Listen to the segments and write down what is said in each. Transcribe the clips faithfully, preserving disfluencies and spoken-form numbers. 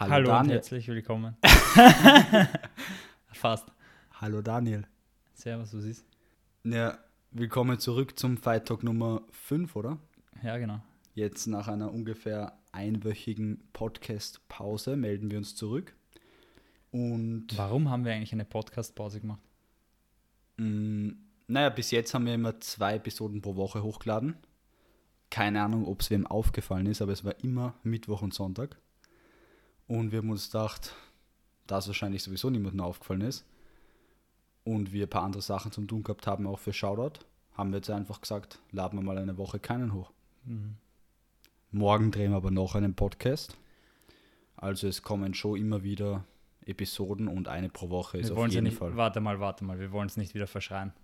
Hallo, Hallo und Daniel. herzlich willkommen. Fast. Hallo Daniel. Servus, was ist? Ja, willkommen zurück zum Fight Talk Nummer fünf, oder? Ja, genau. Jetzt nach einer ungefähr einwöchigen Podcast-Pause melden wir uns zurück. Und Warum haben wir eigentlich eine Podcast-Pause gemacht? mh, naja, bis jetzt haben wir immer zwei Episoden pro Woche hochgeladen. Keine Ahnung, ob es wem aufgefallen ist, aber es war immer Mittwoch und Sonntag. Und wir haben uns gedacht, da es wahrscheinlich sowieso niemandem aufgefallen ist und wir ein paar andere Sachen zum Tun gehabt haben, auch für Shoutout, haben wir jetzt einfach gesagt, laden wir mal eine Woche keinen hoch. Mhm. Morgen drehen wir aber noch einen Podcast. Also es kommen schon immer wieder Episoden und eine pro Woche ist Wir auf wollen sie jeden nicht, Fall. warte mal, warte mal, wir wollen es nicht wieder verschreien.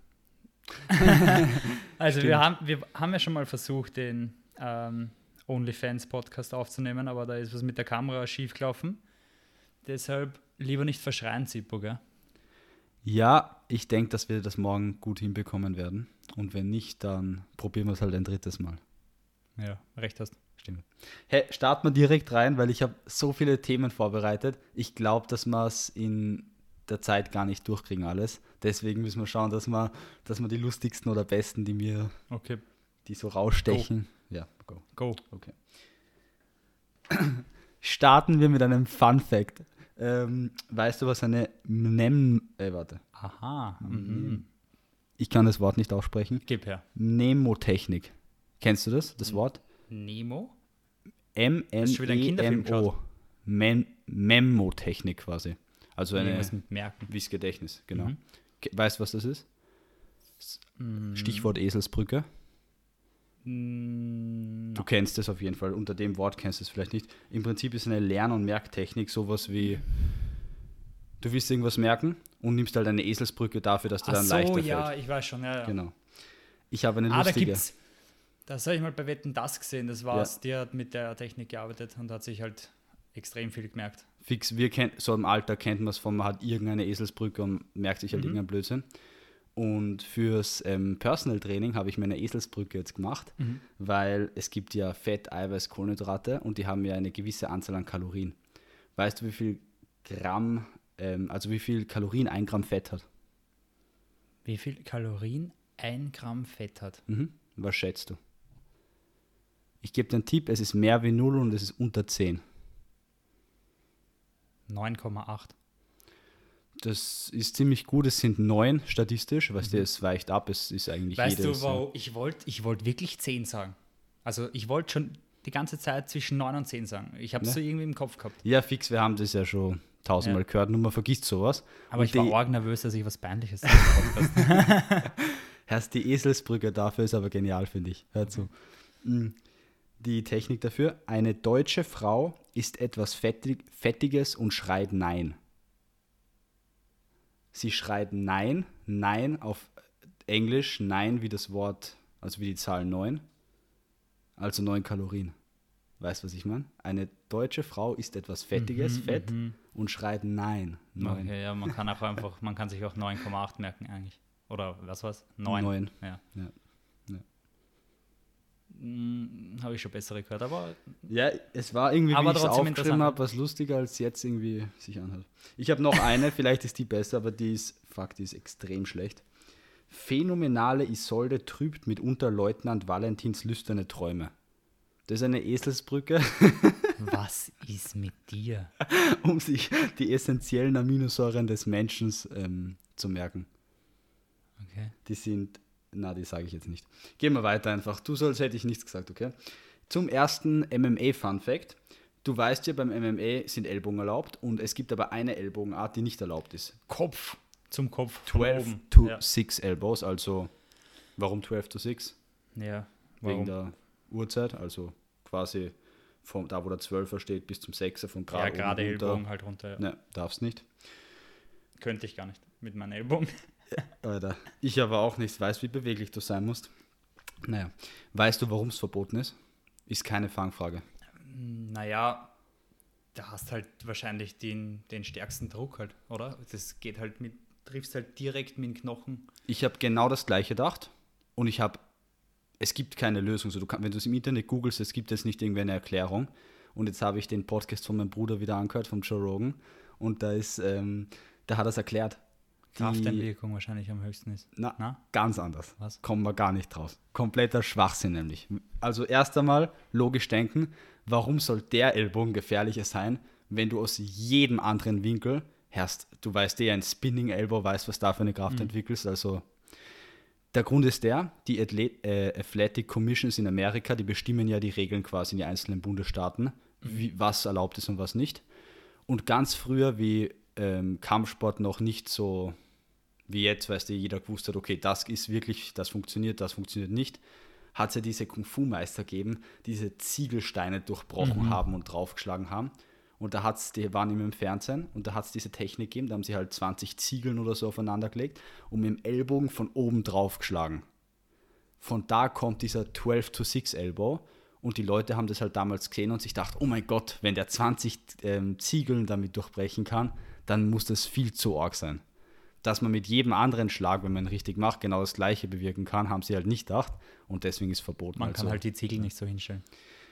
Also Stimmt. wir haben, wir haben ja schon mal versucht, den ähm, OnlyFans-Podcast aufzunehmen, aber da ist was mit der Kamera schief gelaufen. Deshalb lieber nicht verschreien, Zippo, gell? Ja, ich denke, dass wir das morgen gut hinbekommen werden. Und wenn nicht, dann probieren wir es halt ein drittes Mal. Ja, recht hast. Stimmt. Hey, starten wir direkt rein, weil ich habe so viele Themen vorbereitet. Ich glaube, dass wir es in der Zeit gar nicht durchkriegen alles. Deswegen müssen wir schauen, dass wir, dass wir die lustigsten oder besten, die mir, Okay, die so rausstechen. Ja, go. go. Okay. Starten wir mit einem Fun Fact. Ähm, weißt du, was eine Mnem... Äh, warte. Aha. Mhm. Ich kann das Wort nicht aussprechen. Gib her. Mnemotechnik. Kennst du das, das Mhm. Wort? Nemo? M N Hast du schon wieder einen E Kinderfilm M O. geschaut? Mem Memotechnik quasi. Also eine, Irgendwas mit Merken. wie das Gedächtnis, genau. Mhm. Ke- Weißt du, was das ist? Mm. Stichwort Eselsbrücke. Mm, Du kennst es auf jeden Fall. Unter dem Wort kennst du es vielleicht nicht. Im Prinzip ist eine Lern- und Merktechnik sowas wie, du willst irgendwas merken und nimmst halt eine Eselsbrücke dafür, dass dir Ach dann so, leichter ja, fällt. ich weiß schon. Ja, ja. Genau. Ich habe eine Ah, da lustige. gibt's. Das habe ich mal bei Wetten, das gesehen. Das war's. Die hat mit der Technik gearbeitet und hat sich halt extrem viel gemerkt. Fix, wir kennen, so im Alter kennt man es von, man hat irgendeine Eselsbrücke und merkt sich halt Mhm. irgendeinen Blödsinn. Und fürs ähm, Personal Training habe ich mir eine Eselsbrücke jetzt gemacht, Mhm. weil es gibt ja Fett, Eiweiß, Kohlenhydrate und die haben ja eine gewisse Anzahl an Kalorien. Weißt du, wie viel Gramm, ähm, also wie viel Kalorien ein Gramm Fett hat? Wie viel Kalorien ein Gramm Fett hat? Mhm. Was schätzt du? Ich gebe dir einen Tipp, es ist mehr wie null und es ist unter zehn. neun Komma acht. Das ist ziemlich gut, es sind neun statistisch, weißt Mhm. du, es weicht ab, es ist eigentlich Weißt jedes... du, wow, ich wollte ich wollt wirklich zehn sagen. Also ich wollte schon die ganze Zeit zwischen neun und zehn sagen. Ich habe es Ne? so irgendwie im Kopf gehabt. Ja, fix, wir haben das ja schon tausendmal Ja. gehört, nur man vergisst sowas. Aber Und ich war die- arg nervös, dass ich was Peinliches sage im Podcast. Erst die Eselsbrücke dafür ist aber genial, finde ich. Hör zu. Mm. Die Technik dafür. Eine deutsche Frau isst etwas Fettig, Fettiges und schreit Nein. Sie schreit Nein, Nein auf Englisch, Nein wie das Wort, also wie die Zahl neun. Also neun Kalorien. Weißt du, was ich meine? Eine deutsche Frau isst etwas Fettiges, Mhm, Fett mhm. und schreit Nein. Neun. Okay, ja, man kann auch einfach, man kann sich auch neun Komma acht merken eigentlich. Oder was war's? neun. Neun. Ja. Ja. Ja. Hm, habe ich schon bessere gehört, aber Ja, es war irgendwie, Aber wie ich es trotzdem aufgeschrieben interessant. habe, was lustiger als jetzt irgendwie sich anhört. Ich habe noch eine, vielleicht ist die besser, aber die ist, fuck, die ist extrem schlecht. Phänomenale Isolde trübt mitunter Leutnant Valentins lüsterne Träume. Das ist eine Eselsbrücke, was ist mit dir? um sich die essentiellen Aminosäuren des Menschen ähm, zu merken. Okay. Die sind, na, die sage ich jetzt nicht. Gehen wir weiter einfach. Du sollst, hätte ich nichts gesagt, okay? Zum ersten M M A-Fun-Fact. Du weißt ja, beim M M A sind Ellbogen erlaubt und es gibt aber eine Ellbogenart, die nicht erlaubt ist. Kopf zum Kopf. von zwölf oben. to Ja. six Elbows, also warum zwölf to six? Ja, Wegen warum? der Uhrzeit, also quasi von da, wo der zwölfer steht, bis zum sechser von Ja, gerade gerade oben runter. Ellbogen halt runter. Ja. Ne, darfst nicht. Könnte ich gar nicht mit meinen Ellbogen. Alter, ich aber auch nicht. Weißt, wie beweglich du sein musst. Naja, weißt du, warum es verboten ist? Ist keine Fangfrage. Naja, da hast halt wahrscheinlich den, den stärksten Druck halt, oder? Das geht halt mit, triffst halt direkt mit dem Knochen. Ich habe genau das gleiche gedacht und ich habe, es gibt keine Lösung. So, du kann, wenn du es im Internet googelst, es gibt jetzt nicht irgendwie eine Erklärung. Und jetzt habe ich den Podcast von meinem Bruder wieder angehört, von Joe Rogan. Und da ist, ähm, da hat er es erklärt. Die, Krafteinwirkung wahrscheinlich am höchsten ist. na, Na? ganz anders. Was? Kommen wir gar nicht raus. Kompletter Schwachsinn nämlich. Also erst einmal logisch denken, warum soll der Ellbogen gefährlicher sein, wenn du aus jedem anderen Winkel hast, du weißt eh, ein Spinning Elbow, weißt, was da für eine Kraft Mhm. entwickelst. Also der Grund ist der, die Athlet, äh, Athletic Commissions in Amerika, die bestimmen ja die Regeln quasi in die einzelnen Bundesstaaten, wie, was erlaubt ist und was nicht. Und ganz früher, wie ähm, Kampfsport noch nicht so wie jetzt, weißt du, jeder gewusst hat, okay, das ist wirklich, das funktioniert, das funktioniert nicht, hat es ja diese Kung-Fu-Meister gegeben, diese Ziegelsteine durchbrochen Mhm. haben und draufgeschlagen haben. Und da hat's, die waren immer im Fernsehen und da hat es diese Technik gegeben, da haben sie halt zwanzig Ziegeln oder so aufeinander gelegt und mit dem Ellbogen von oben drauf geschlagen. Von da kommt dieser zwölf to six Elbow und die Leute haben das halt damals gesehen und sich gedacht, oh mein Gott, wenn der zwanzig ähm, Ziegeln damit durchbrechen kann, dann muss das viel zu arg sein. Dass man mit jedem anderen Schlag, wenn man ihn richtig macht, genau das Gleiche bewirken kann, haben sie halt nicht gedacht und deswegen ist verboten. Man also. kann halt die Ziegel nicht so hinstellen.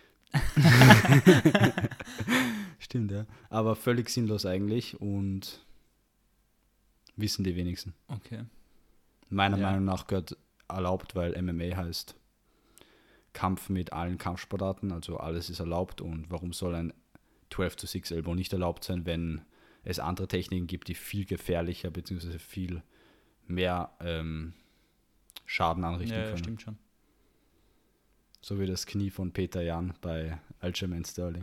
Stimmt, ja. Aber völlig sinnlos eigentlich und wissen die wenigsten. Okay. Meiner Ja. Meinung nach gehört erlaubt, weil M M A heißt Kampf mit allen Kampfsportarten, also alles ist erlaubt und warum soll ein zwölf to six Elbow nicht erlaubt sein, wenn es andere Techniken gibt, die viel gefährlicher bzw. viel mehr ähm, Schaden anrichten Ja, ja, können. stimmt schon. So wie das Knie von Peter Jan bei Aljamain Sterling.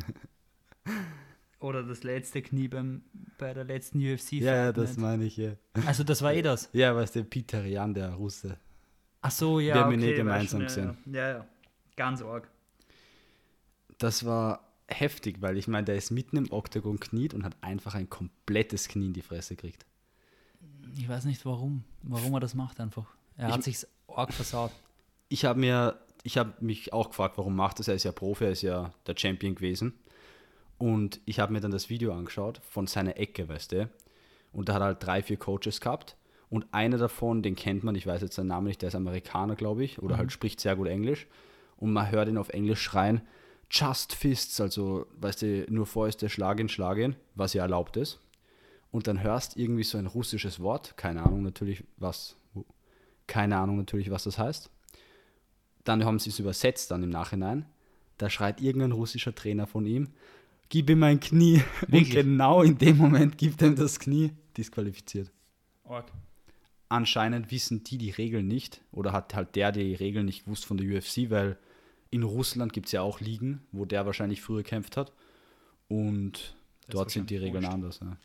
Oder das letzte Knie beim, bei der letzten U F C. Ja, ja, das meine ich, ja. Also das war eh das. Ja, weißt du, Peter Jan, der Russe. Ach so, ja, Wir haben ihn okay, eh gemeinsam weiß schon, gesehen. Ja, ja, ja. Ganz arg. Das war heftig, weil ich meine, der ist mitten im Oktagon kniet und hat einfach ein komplettes Knie in die Fresse gekriegt. Ich weiß nicht warum. Warum er das macht einfach. Er Ich- hat sich's arg versaut. Ich habe mir, ich habe mich auch gefragt, warum macht das? Er ist ja Profi, er ist ja der Champion gewesen. Und ich habe mir dann das Video angeschaut von seiner Ecke, weißt du. Und da hat er halt drei, vier Coaches gehabt. Und einer davon, den kennt man, ich weiß jetzt seinen Namen nicht, der ist Amerikaner, glaube ich, oder Mhm. halt spricht sehr gut Englisch. Und man hört ihn auf Englisch schreien, Just Fists, also, weißt du, nur Fäuste, Schlagen, Schlagen, was ja erlaubt ist. Und dann hörst irgendwie so ein russisches Wort, keine Ahnung natürlich, was, keine Ahnung natürlich, was das heißt. Dann haben sie es übersetzt dann im Nachhinein. Da schreit irgendein russischer Trainer von ihm, gib ihm ein Knie. Wirklich? Und genau in dem Moment gibt er ihm das Knie, disqualifiziert. Arg. Anscheinend wissen die die Regeln nicht oder hat halt der die Regeln nicht gewusst von der U F C, weil in Russland gibt es ja auch Ligen, wo der wahrscheinlich früher gekämpft hat und Das ist dort sind die wahrscheinlich Regeln wurscht. anders. Ja.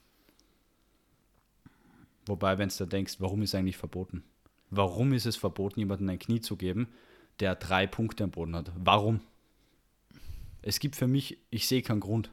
Wobei, wenn du da denkst, warum ist eigentlich verboten? Warum ist es verboten, jemandem ein Knie zu geben, der drei Punkte am Boden hat? Warum? Es gibt für mich, ich sehe keinen Grund.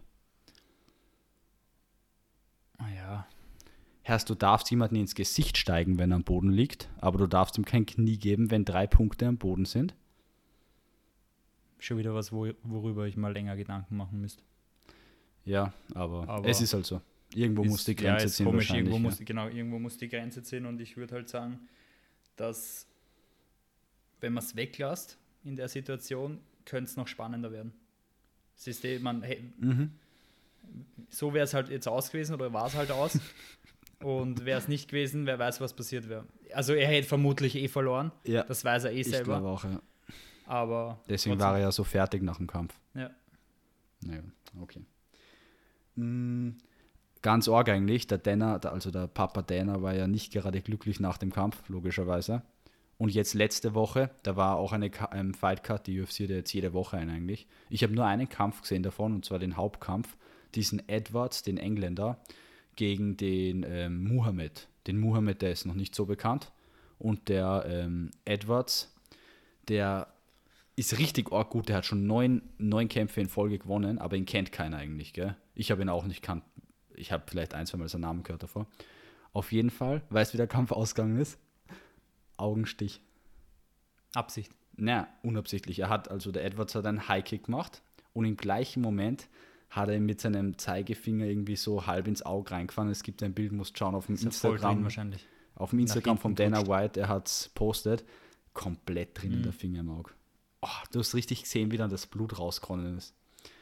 Ah ja. Herrst, du darfst jemanden ins Gesicht steigen, wenn er am Boden liegt, aber du darfst ihm kein Knie geben, wenn drei Punkte am Boden sind. Schon wieder was, wo, worüber ich mal länger Gedanken machen müsste. Ja, aber, Aber es ist halt so. Irgendwo muss die Grenze ja, ist ziehen komisch, wahrscheinlich. irgendwo Ja. muss, genau, irgendwo muss die Grenze ziehen und ich würde halt sagen, dass wenn man es weglässt in der Situation, könnte es noch spannender werden. Es ist eh, man, hey, Mhm. so wäre es halt jetzt aus gewesen oder war es halt aus. Und wäre es nicht gewesen, wer weiß, was passiert wäre. Also er hätte vermutlich eh verloren, Ja, das weiß er eh ich selber. glaube auch, ja. Aber Deswegen trotzdem. war er ja so fertig nach dem Kampf. Ja. Naja, okay. Mm, ganz arg eigentlich, der Dana, der- also der Papa Dana war ja nicht gerade glücklich nach dem Kampf, logischerweise. Und jetzt letzte Woche, da war auch eine Ka- ähm, Fightcard, die U F C hat jetzt jede Woche einen eigentlich. Ich habe nur einen Kampf gesehen davon, und zwar den Hauptkampf, diesen Edwards, den Engländer, gegen den ähm, Muhammad. Den Muhammad, der ist noch nicht so bekannt. Und der ähm, Edwards, der ist richtig arg gut. Der hat schon neun, neun Kämpfe in Folge gewonnen, aber ihn kennt keiner eigentlich, gell? Ich habe ihn auch nicht kannt. Ich habe vielleicht ein, zwei Mal seinen Namen gehört davor. Auf jeden Fall, weißt du, wie der Kampf ausgegangen ist? Augenstich. Absicht. Na, unabsichtlich. Er hat, also der Edwards hat einen High-Kick gemacht und im gleichen Moment hat er ihm mit seinem Zeigefinger irgendwie so halb ins Auge reingefahren. Es gibt ein Bild, musst schauen auf dem Ist ja voll drin Instagram. wahrscheinlich. Auf dem Instagram hinten von Dana gerutscht. White, er hat es postet, komplett drinnen Mhm. der Finger im Auge. Oh, du hast richtig gesehen, wie dann das Blut rausgekommen ist.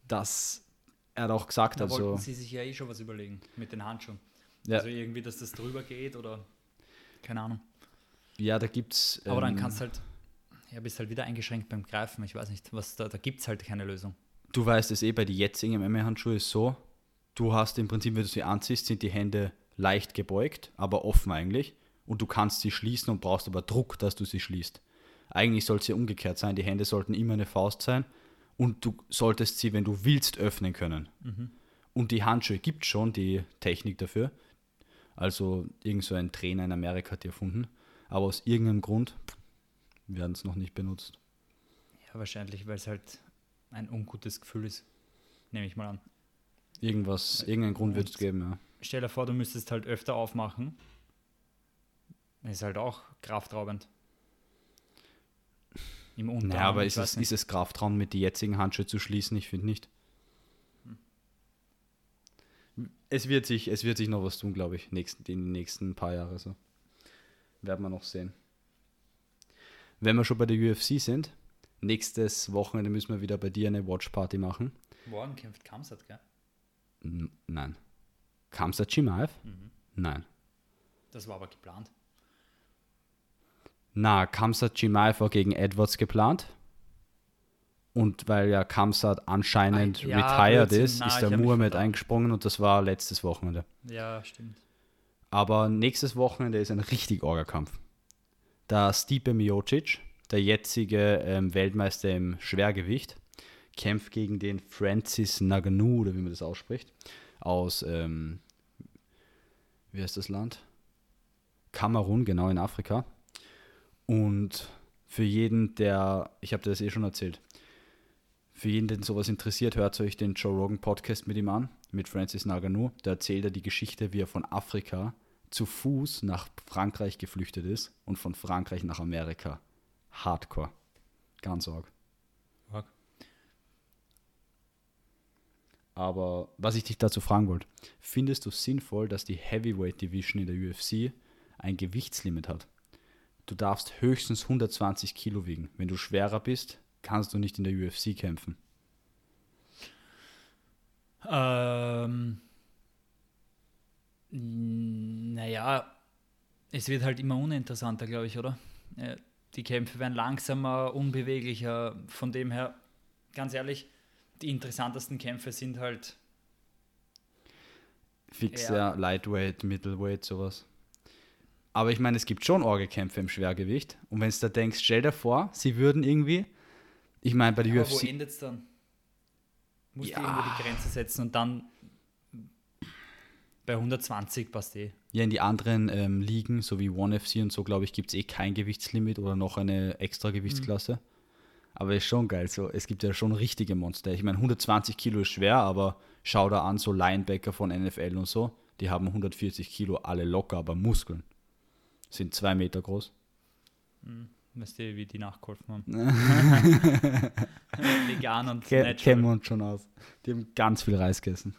dass er hat auch gesagt, Da also wollten sie sich ja eh schon was überlegen mit den Handschuhen. ja, Also irgendwie, dass das drüber geht oder keine Ahnung. ja, da gibt's Aber dann ähm, kannst halt, ja, bist halt wieder eingeschränkt beim Greifen. Ich weiß nicht, was da, da gibt es halt keine Lösung. du weißt es eh, bei den jetzigen M M A-Handschuhen ist so, du hast im Prinzip, wenn du sie anziehst, sind die Hände leicht gebeugt, aber offen eigentlich und du kannst sie schließen und brauchst aber Druck, dass du sie schließt. Eigentlich soll es ja umgekehrt sein, die Hände sollten immer eine Faust sein und du solltest sie, wenn du willst, öffnen können. Mhm. Und die Handschuhe gibt schon die Technik dafür. Also irgend so ein Trainer in Amerika hat die erfunden. Aber aus irgendeinem Grund werden es noch nicht benutzt. Ja, wahrscheinlich, weil es halt ein ungutes Gefühl ist. Nehme ich mal an. Irgendwas, irgendeinen Grund wird es geben, ja. Stell dir vor, du müsstest halt öfter aufmachen. Ist halt auch kraftraubend. Im Unterarm. Naja, aber ich ist weiß es, nicht. ist es Kraftraum mit die jetzigen Handschuhe zu schließen? Ich finde nicht. Es wird sich, es wird sich noch was tun, glaube ich, nächsten, in den nächsten paar Jahren. So. Werden wir noch sehen. Wenn wir schon bei der U F C sind, nächstes Wochenende müssen wir wieder bei dir eine Watchparty machen. Morgen kämpft Khamzat, gell? N- Nein. Khamzat Chimaev? Mhm. Nein. Das war aber geplant. Na, Khamzat Chimaev war gegen Edwards geplant. Und weil ja Khamzat anscheinend Ah, ja, retired Blödsinn. ist, Na, ist ich der hab mich Muhammad vertan. eingesprungen und das war letztes Wochenende. Ja, stimmt. Aber nächstes Wochenende ist ein richtig Orga-Kampf. Da Stipe Miocic, der jetzige ähm, Weltmeister im Schwergewicht, kämpft gegen den Francis Ngannou, oder wie man das ausspricht, aus, ähm, wie heißt das Land? Kamerun, genau in Afrika. Und für jeden, der, ich habe dir das eh schon erzählt, für jeden, den sowas interessiert, hört euch den Joe Rogan Podcast mit ihm an, mit Francis Ngannou. Da erzählt er die Geschichte, wie er von Afrika zu Fuß nach Frankreich geflüchtet ist und von Frankreich nach Amerika. Hardcore. Ganz arg. Arg. Aber was ich dich dazu fragen wollte, findest du sinnvoll, dass die Heavyweight Division in der U F C ein Gewichtslimit hat? Du darfst höchstens hundertzwanzig Kilo wiegen. Wenn du schwerer bist, kannst du nicht in der U F C kämpfen. Ähm, naja, es wird halt immer uninteressanter, glaube ich, oder? Äh, Die Kämpfe werden langsamer, unbeweglicher. Von dem her, ganz ehrlich, die interessantesten Kämpfe sind halt, Fix, Ja. ja, Lightweight, Middleweight, sowas. Aber ich meine, es gibt schon Orgekämpfe im Schwergewicht. Und wenn du da denkst, stell dir vor, sie würden irgendwie, ich meine, bei der aber U F wo C, endet es dann? Musst Ja. du irgendwo die Grenze setzen und dann bei hundertzwanzig passt eh. ja, in die anderen ähm, Ligen, so wie One F C und so, glaube ich, gibt es eh kein Gewichtslimit oder noch eine extra Gewichtsklasse. Aber ist schon geil. So, es gibt ja schon richtige Monster. Ich meine, hundertzwanzig Kilo ist schwer, aber schau da an, so Linebacker von N F L und so, die haben hundertvierzig Kilo, alle locker, aber Muskeln. Sind zwei Meter groß. Weißt du, wie die nachgeholfen haben? Vegan und Ke- natural. Kennen wir uns schon aus. Die haben ganz viel Reis gegessen.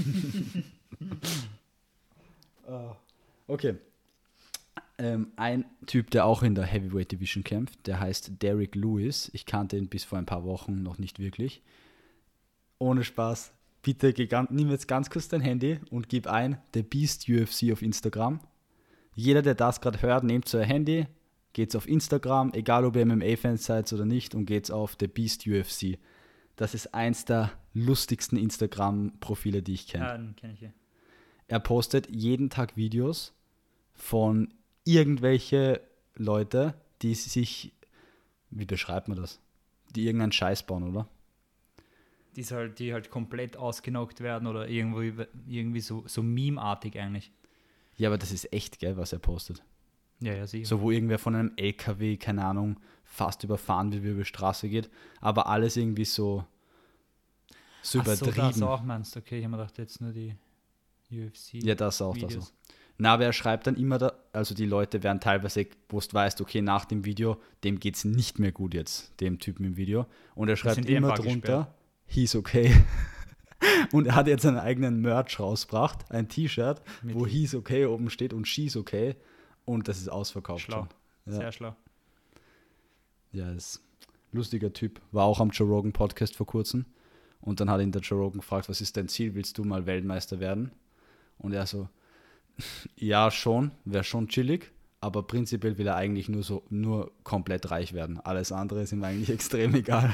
Ah, okay. Ähm, ein Typ, der auch in der Heavyweight Division kämpft, der heißt Derek Lewis. Ich kannte ihn bis vor ein paar Wochen noch nicht wirklich. Ohne Spaß. Bitte geh ganz, nimm jetzt ganz kurz dein Handy und gib ein The Beast U F C auf Instagram. Jeder, der das gerade hört, nehmt so ein Handy, geht's auf Instagram, egal ob ihr M M A-Fans seid oder nicht, und geht's auf The Beast U F C. Das ist eins der lustigsten Instagram-Profile, die ich kenne. Ja, den kenne ich eh. Er postet jeden Tag Videos von irgendwelche Leute, die sich, wie beschreibt man das? Die irgendeinen Scheiß bauen, oder? Die halt, die halt komplett ausgenockt werden oder irgendwie, irgendwie so, so meme-artig eigentlich. Ja, aber das ist echt, gell, was er postet. Ja, ja, sicher. So, wo irgendwer von einem L K W, keine Ahnung, fast überfahren wird, wie er über die Straße geht. Aber alles irgendwie so, so Ach so, übertrieben. das auch meinst du? Okay, ich habe mir gedacht, jetzt nur die U F C. Ja, das auch, das Videos. auch. Na, aber er schreibt dann immer, da, also die Leute werden teilweise, wo du weißt, okay, nach dem Video, dem geht es nicht mehr gut jetzt, dem Typen im Video. Und er schreibt sind eh ein immer paar drunter, he's okay. Und er hat jetzt einen eigenen Merch rausgebracht, ein T-Shirt, Mit wo he's okay oben steht und she's okay. Und das ist ausverkauft Schlau. schon. Ja. Sehr schlau. Ja, ist ein lustiger Typ. War auch am Joe Rogan Podcast vor kurzem. Und dann hat ihn der Joe Rogan gefragt, was ist dein Ziel, willst du mal Weltmeister werden? Und er so, ja schon, wäre schon chillig, aber prinzipiell will er eigentlich nur so, nur komplett reich werden. Alles andere ist ihm eigentlich extrem egal.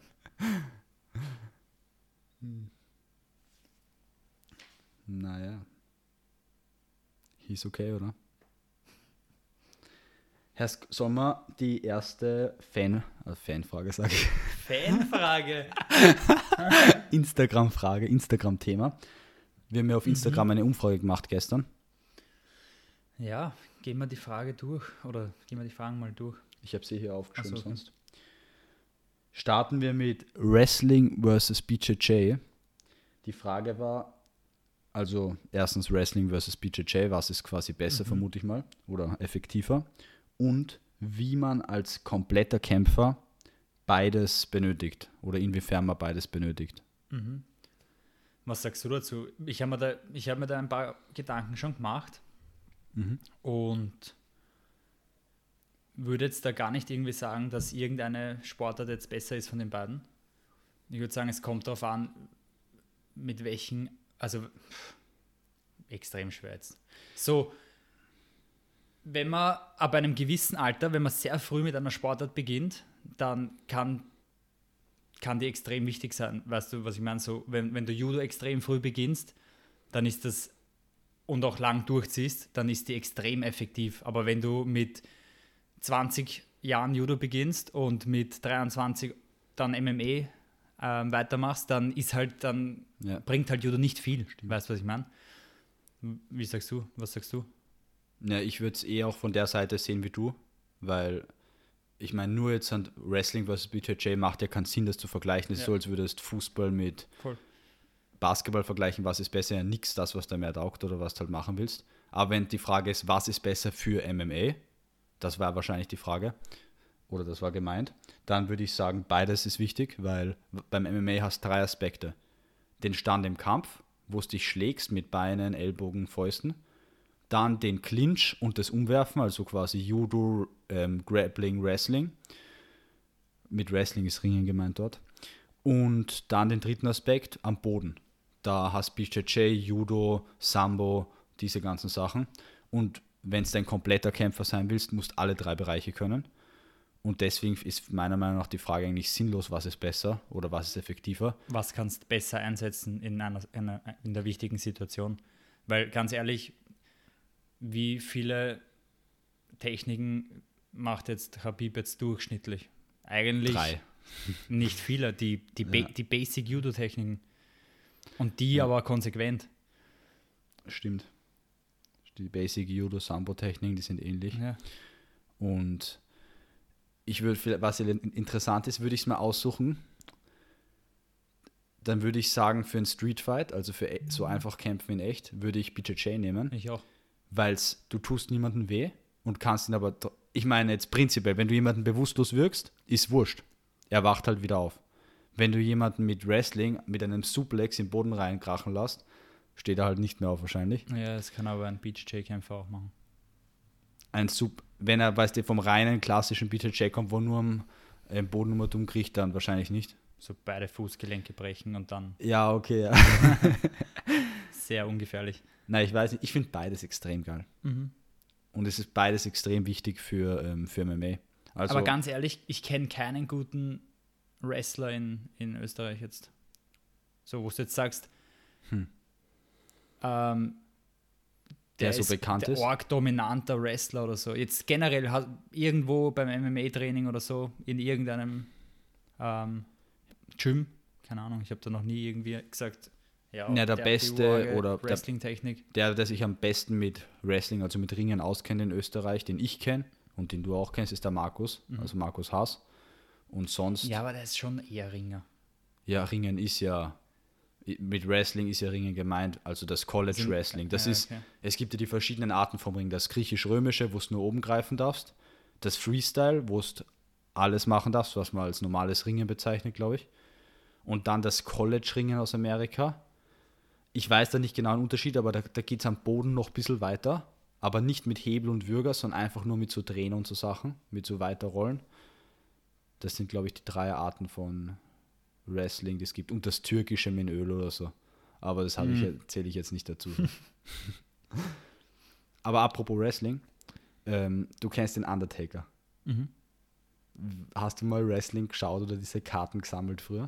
Naja. Hieß okay, oder? Herr, Sk- sollen wir die erste Fan, äh, Fanfrage, sage ich, Fanfrage. Instagram-Frage, Instagram-Thema. Wir haben ja auf Instagram eine Umfrage gemacht gestern. Ja, gehen wir die Frage durch oder gehen wir die Fragen mal durch. Ich habe sie hier aufgeschrieben Ach so, okay. sonst. Starten wir mit Wrestling versus B J J. Die Frage war, also erstens Wrestling versus B J J, was ist quasi besser, Mhm. vermute ich mal, oder effektiver. Und wie man als kompletter Kämpfer beides benötigt oder inwiefern man beides benötigt. Mhm. Was sagst du dazu? Ich habe mir, da, ich hab mir da ein paar Gedanken schon gemacht Mhm. und würde jetzt da gar nicht irgendwie sagen, dass irgendeine Sportart jetzt besser ist von den beiden. Ich würde sagen, es kommt darauf an, mit welchen, also pff, extrem schwer jetzt. So, wenn man ab einem gewissen Alter, wenn man sehr früh mit einer Sportart beginnt, dann kann, kann die extrem wichtig sein. Weißt du, was ich meine? So, wenn, wenn du Judo extrem früh beginnst, dann ist das und auch lang durchziehst, dann ist die extrem effektiv. Aber wenn du mit zwanzig Jahren Judo beginnst und mit dreiundzwanzig dann M M A ähm, weitermachst, dann ist halt, dann Ja. bringt halt Judo nicht viel. Weißt du, was ich meine? Wie sagst du? Was sagst du? Ja, ich würde es eh auch von der Seite sehen wie du, weil ich meine, nur jetzt an Wrestling versus B J J macht ja keinen Sinn, das zu vergleichen. Es ist Ja. so, als würdest du Fußball mit Voll. Basketball vergleichen, was ist besser, ja nix das, was da mehr taugt oder was du halt machen willst. Aber wenn die Frage ist, was ist besser für M M A, das war wahrscheinlich die Frage, oder das war gemeint, dann würde ich sagen, beides ist wichtig, weil beim M M A hast du drei Aspekte. Den Stand im Kampf, wo du dich schlägst mit Beinen, Ellbogen, Fäusten. Dann den Clinch und das Umwerfen, also quasi Judo, ähm, Grappling, Wrestling. Mit Wrestling ist Ringen gemeint dort. Und dann den dritten Aspekt am Boden. Da hast B J J, Judo, Sambo, diese ganzen Sachen. Und wenn du ein kompletter Kämpfer sein willst, musst du alle drei Bereiche können. Und deswegen ist meiner Meinung nach die Frage eigentlich sinnlos, was ist besser oder was ist effektiver. Was kannst du besser einsetzen in einer, einer, in der wichtigen Situation? Weil ganz ehrlich, wie viele Techniken macht jetzt Khabib jetzt durchschnittlich? Eigentlich Drei. nicht viele, die, die, ba Ja. die Basic Judo-Techniken. Und die Ja. aber konsequent. Stimmt. Die Basic Judo-Sambo-Techniken, die sind ähnlich. Ja. Und ich würde, was interessant ist, würde ich es mal aussuchen. Dann würde ich sagen, für einen Streetfight, also für e- so einfach kämpfen in echt, würde ich B J J nehmen, Ich auch. weil du tust niemandem weh und kannst ihn aber, tr- ich meine jetzt prinzipiell, wenn du jemanden bewusstlos wirkst, ist wurscht. Er wacht halt wieder auf. Wenn du jemanden mit Wrestling, mit einem Suplex im Boden reinkrachen lässt, steht er halt nicht mehr auf wahrscheinlich. Ja, das kann aber ein B J J-Kämpfer auch machen. Ein Sub, wenn er, weißt du, vom reinen klassischen B J J kommt, wo nur am äh, Boden nur dumm kriegt, dann wahrscheinlich nicht. So beide Fußgelenke brechen und dann Ja, okay, ja. sehr ungefährlich. Nein, ich weiß nicht, ich finde beides extrem geil. Mhm. Und es ist beides extrem wichtig für, ähm, für M M A. Also, Aber ganz ehrlich, ich kenne keinen guten Wrestler in, in Österreich jetzt. So, wo du jetzt sagst, Hm. ähm, Der so bekannt der ist? arg dominanter Wrestler oder so. Jetzt generell hat irgendwo beim M M A-Training oder so, in irgendeinem ähm, Gym, keine Ahnung, ich habe da noch nie irgendwie gesagt, ja, Ja, der hat die Beste arge oder der- Wrestling-Technik. der, der sich am besten mit Wrestling, also mit Ringen auskennt in Österreich, den ich kenne und den du auch kennst, ist der Markus, also Markus Haas. Und sonst, Ja, aber der ist schon eher Ringer. ja, Ringen ist ja, mit Wrestling ist ja Ringen gemeint, also das College Sind- Wrestling. Das ja, ist, okay. es gibt ja die verschiedenen Arten vom Ring. Das griechisch-römische, wo du nur oben greifen darfst. Das Freestyle, wo du alles machen darfst, was man als normales Ringen bezeichnet, glaube ich. Und dann das College-Ringen aus Amerika. Ich weiß da nicht genau den Unterschied, aber da, da geht es am Boden noch ein bisschen weiter. Aber nicht mit Hebel und Würger, sondern einfach nur mit so Drehen und so Sachen, mit so Weiterrollen. Das sind, glaube ich, die drei Arten von Wrestling das gibt und das türkische Menöl oder so. Aber das mm. ich, zähle ich jetzt nicht dazu. Aber apropos Wrestling, ähm, du kennst den Undertaker. Mhm. Hast du mal Wrestling geschaut oder diese Karten gesammelt früher?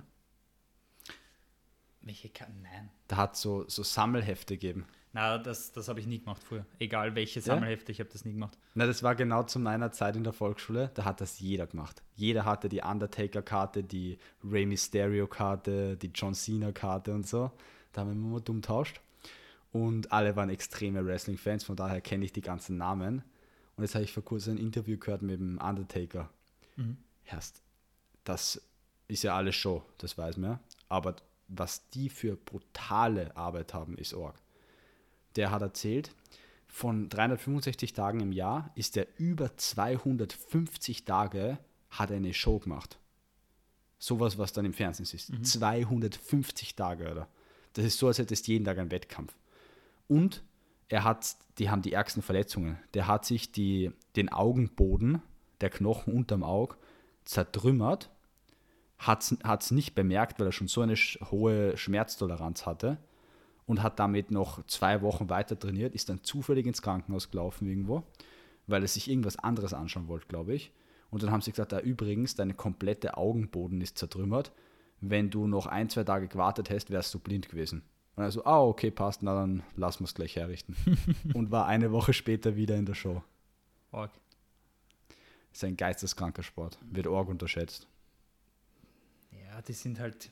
Welche Karten? Nein. Da hat es so, so Sammelhefte gegeben. Na, das, das habe ich nie gemacht früher. Egal welche Sammelhefte, ja? Ich habe das nie gemacht. Na, das war genau zu meiner Zeit in der Volksschule. Da hat das jeder gemacht. Jeder hatte die Undertaker-Karte, die Rey Mysterio-Karte, die John Cena-Karte und so. Da haben wir immer dumm tauscht. Und alle waren extreme Wrestling-Fans, von daher kenne ich die ganzen Namen. Und jetzt habe ich vor kurzem ein Interview gehört mit dem Undertaker. Mhm. Erst, das ist ja alles Show, das weiß man. Aber was die für brutale Arbeit haben, ist arg. Der hat erzählt, von dreihundertfünfundsechzig Tagen im Jahr ist er über zweihundertfünfzig Tage hat er eine Show gemacht. Sowas, was dann im Fernsehen ist. Mhm. zweihundertfünfzig Tage, oder? Das ist so, als hättest du jeden Tag einen Wettkampf. Und er hat, die haben die ärgsten Verletzungen. Der hat sich die, den Augenboden, der Knochen unterm Auge, zertrümmert, hat es nicht bemerkt, weil er schon so eine sch- hohe Schmerztoleranz hatte und hat damit noch zwei Wochen weiter trainiert, ist dann zufällig ins Krankenhaus gelaufen irgendwo, weil er sich irgendwas anderes anschauen wollte, glaube ich. Und dann haben sie gesagt, ah, übrigens, deine komplette Augenboden ist zertrümmert. Wenn du noch ein, zwei Tage gewartet hättest, wärst du blind gewesen. Und er so, ah, okay, passt, na dann lassen wir es gleich herrichten. Und war eine Woche später wieder in der Show. Org. Das ist ein geisteskranker Sport. Wird arg unterschätzt. Ja, die sind halt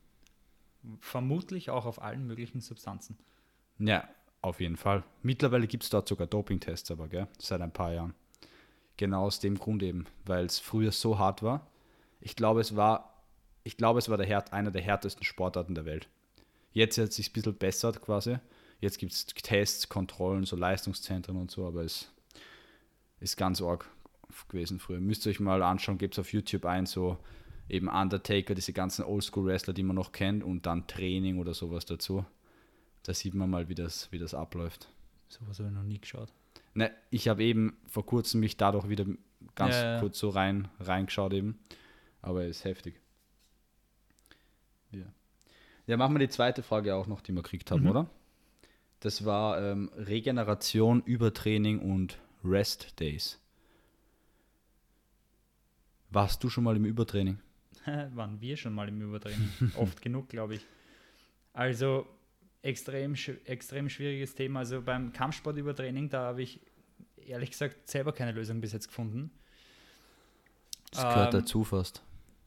vermutlich auch auf allen möglichen Substanzen. Ja, auf jeden Fall. Mittlerweile gibt es dort sogar Dopingtests, aber gell, seit ein paar Jahren. Genau aus dem Grund eben, weil es früher so hart war. Ich glaube, es war, ich glaube, es war der Härte, einer der härtesten Sportarten der Welt. Jetzt hat es sich ein bisschen bessert quasi. Jetzt gibt es Tests, Kontrollen, so Leistungszentren und so, aber es ist ganz arg gewesen früher. Müsst ihr euch mal anschauen, gebt es auf YouTube ein, so eben Undertaker, diese ganzen Oldschool-Wrestler, die man noch kennt und dann Training oder sowas dazu. Da sieht man mal, wie das, wie das abläuft. Sowas habe ich noch nie geschaut. Ne, ich habe eben vor kurzem mich dadurch wieder ganz ja, ja. kurz so rein reingeschaut eben, aber es ist heftig. Ja. Ja, machen wir die zweite Frage auch noch, die wir gekriegt haben, mhm. oder? Das war ähm, Regeneration, Übertraining und Rest Days. Warst du schon mal im Übertraining? Waren wir schon mal im Übertraining. Oft genug, glaube ich. Also extrem, extrem schwieriges Thema. Also beim Kampfsportübertraining, da habe ich ehrlich gesagt selber keine Lösung bis jetzt gefunden. Das gehört ähm, dazu fast.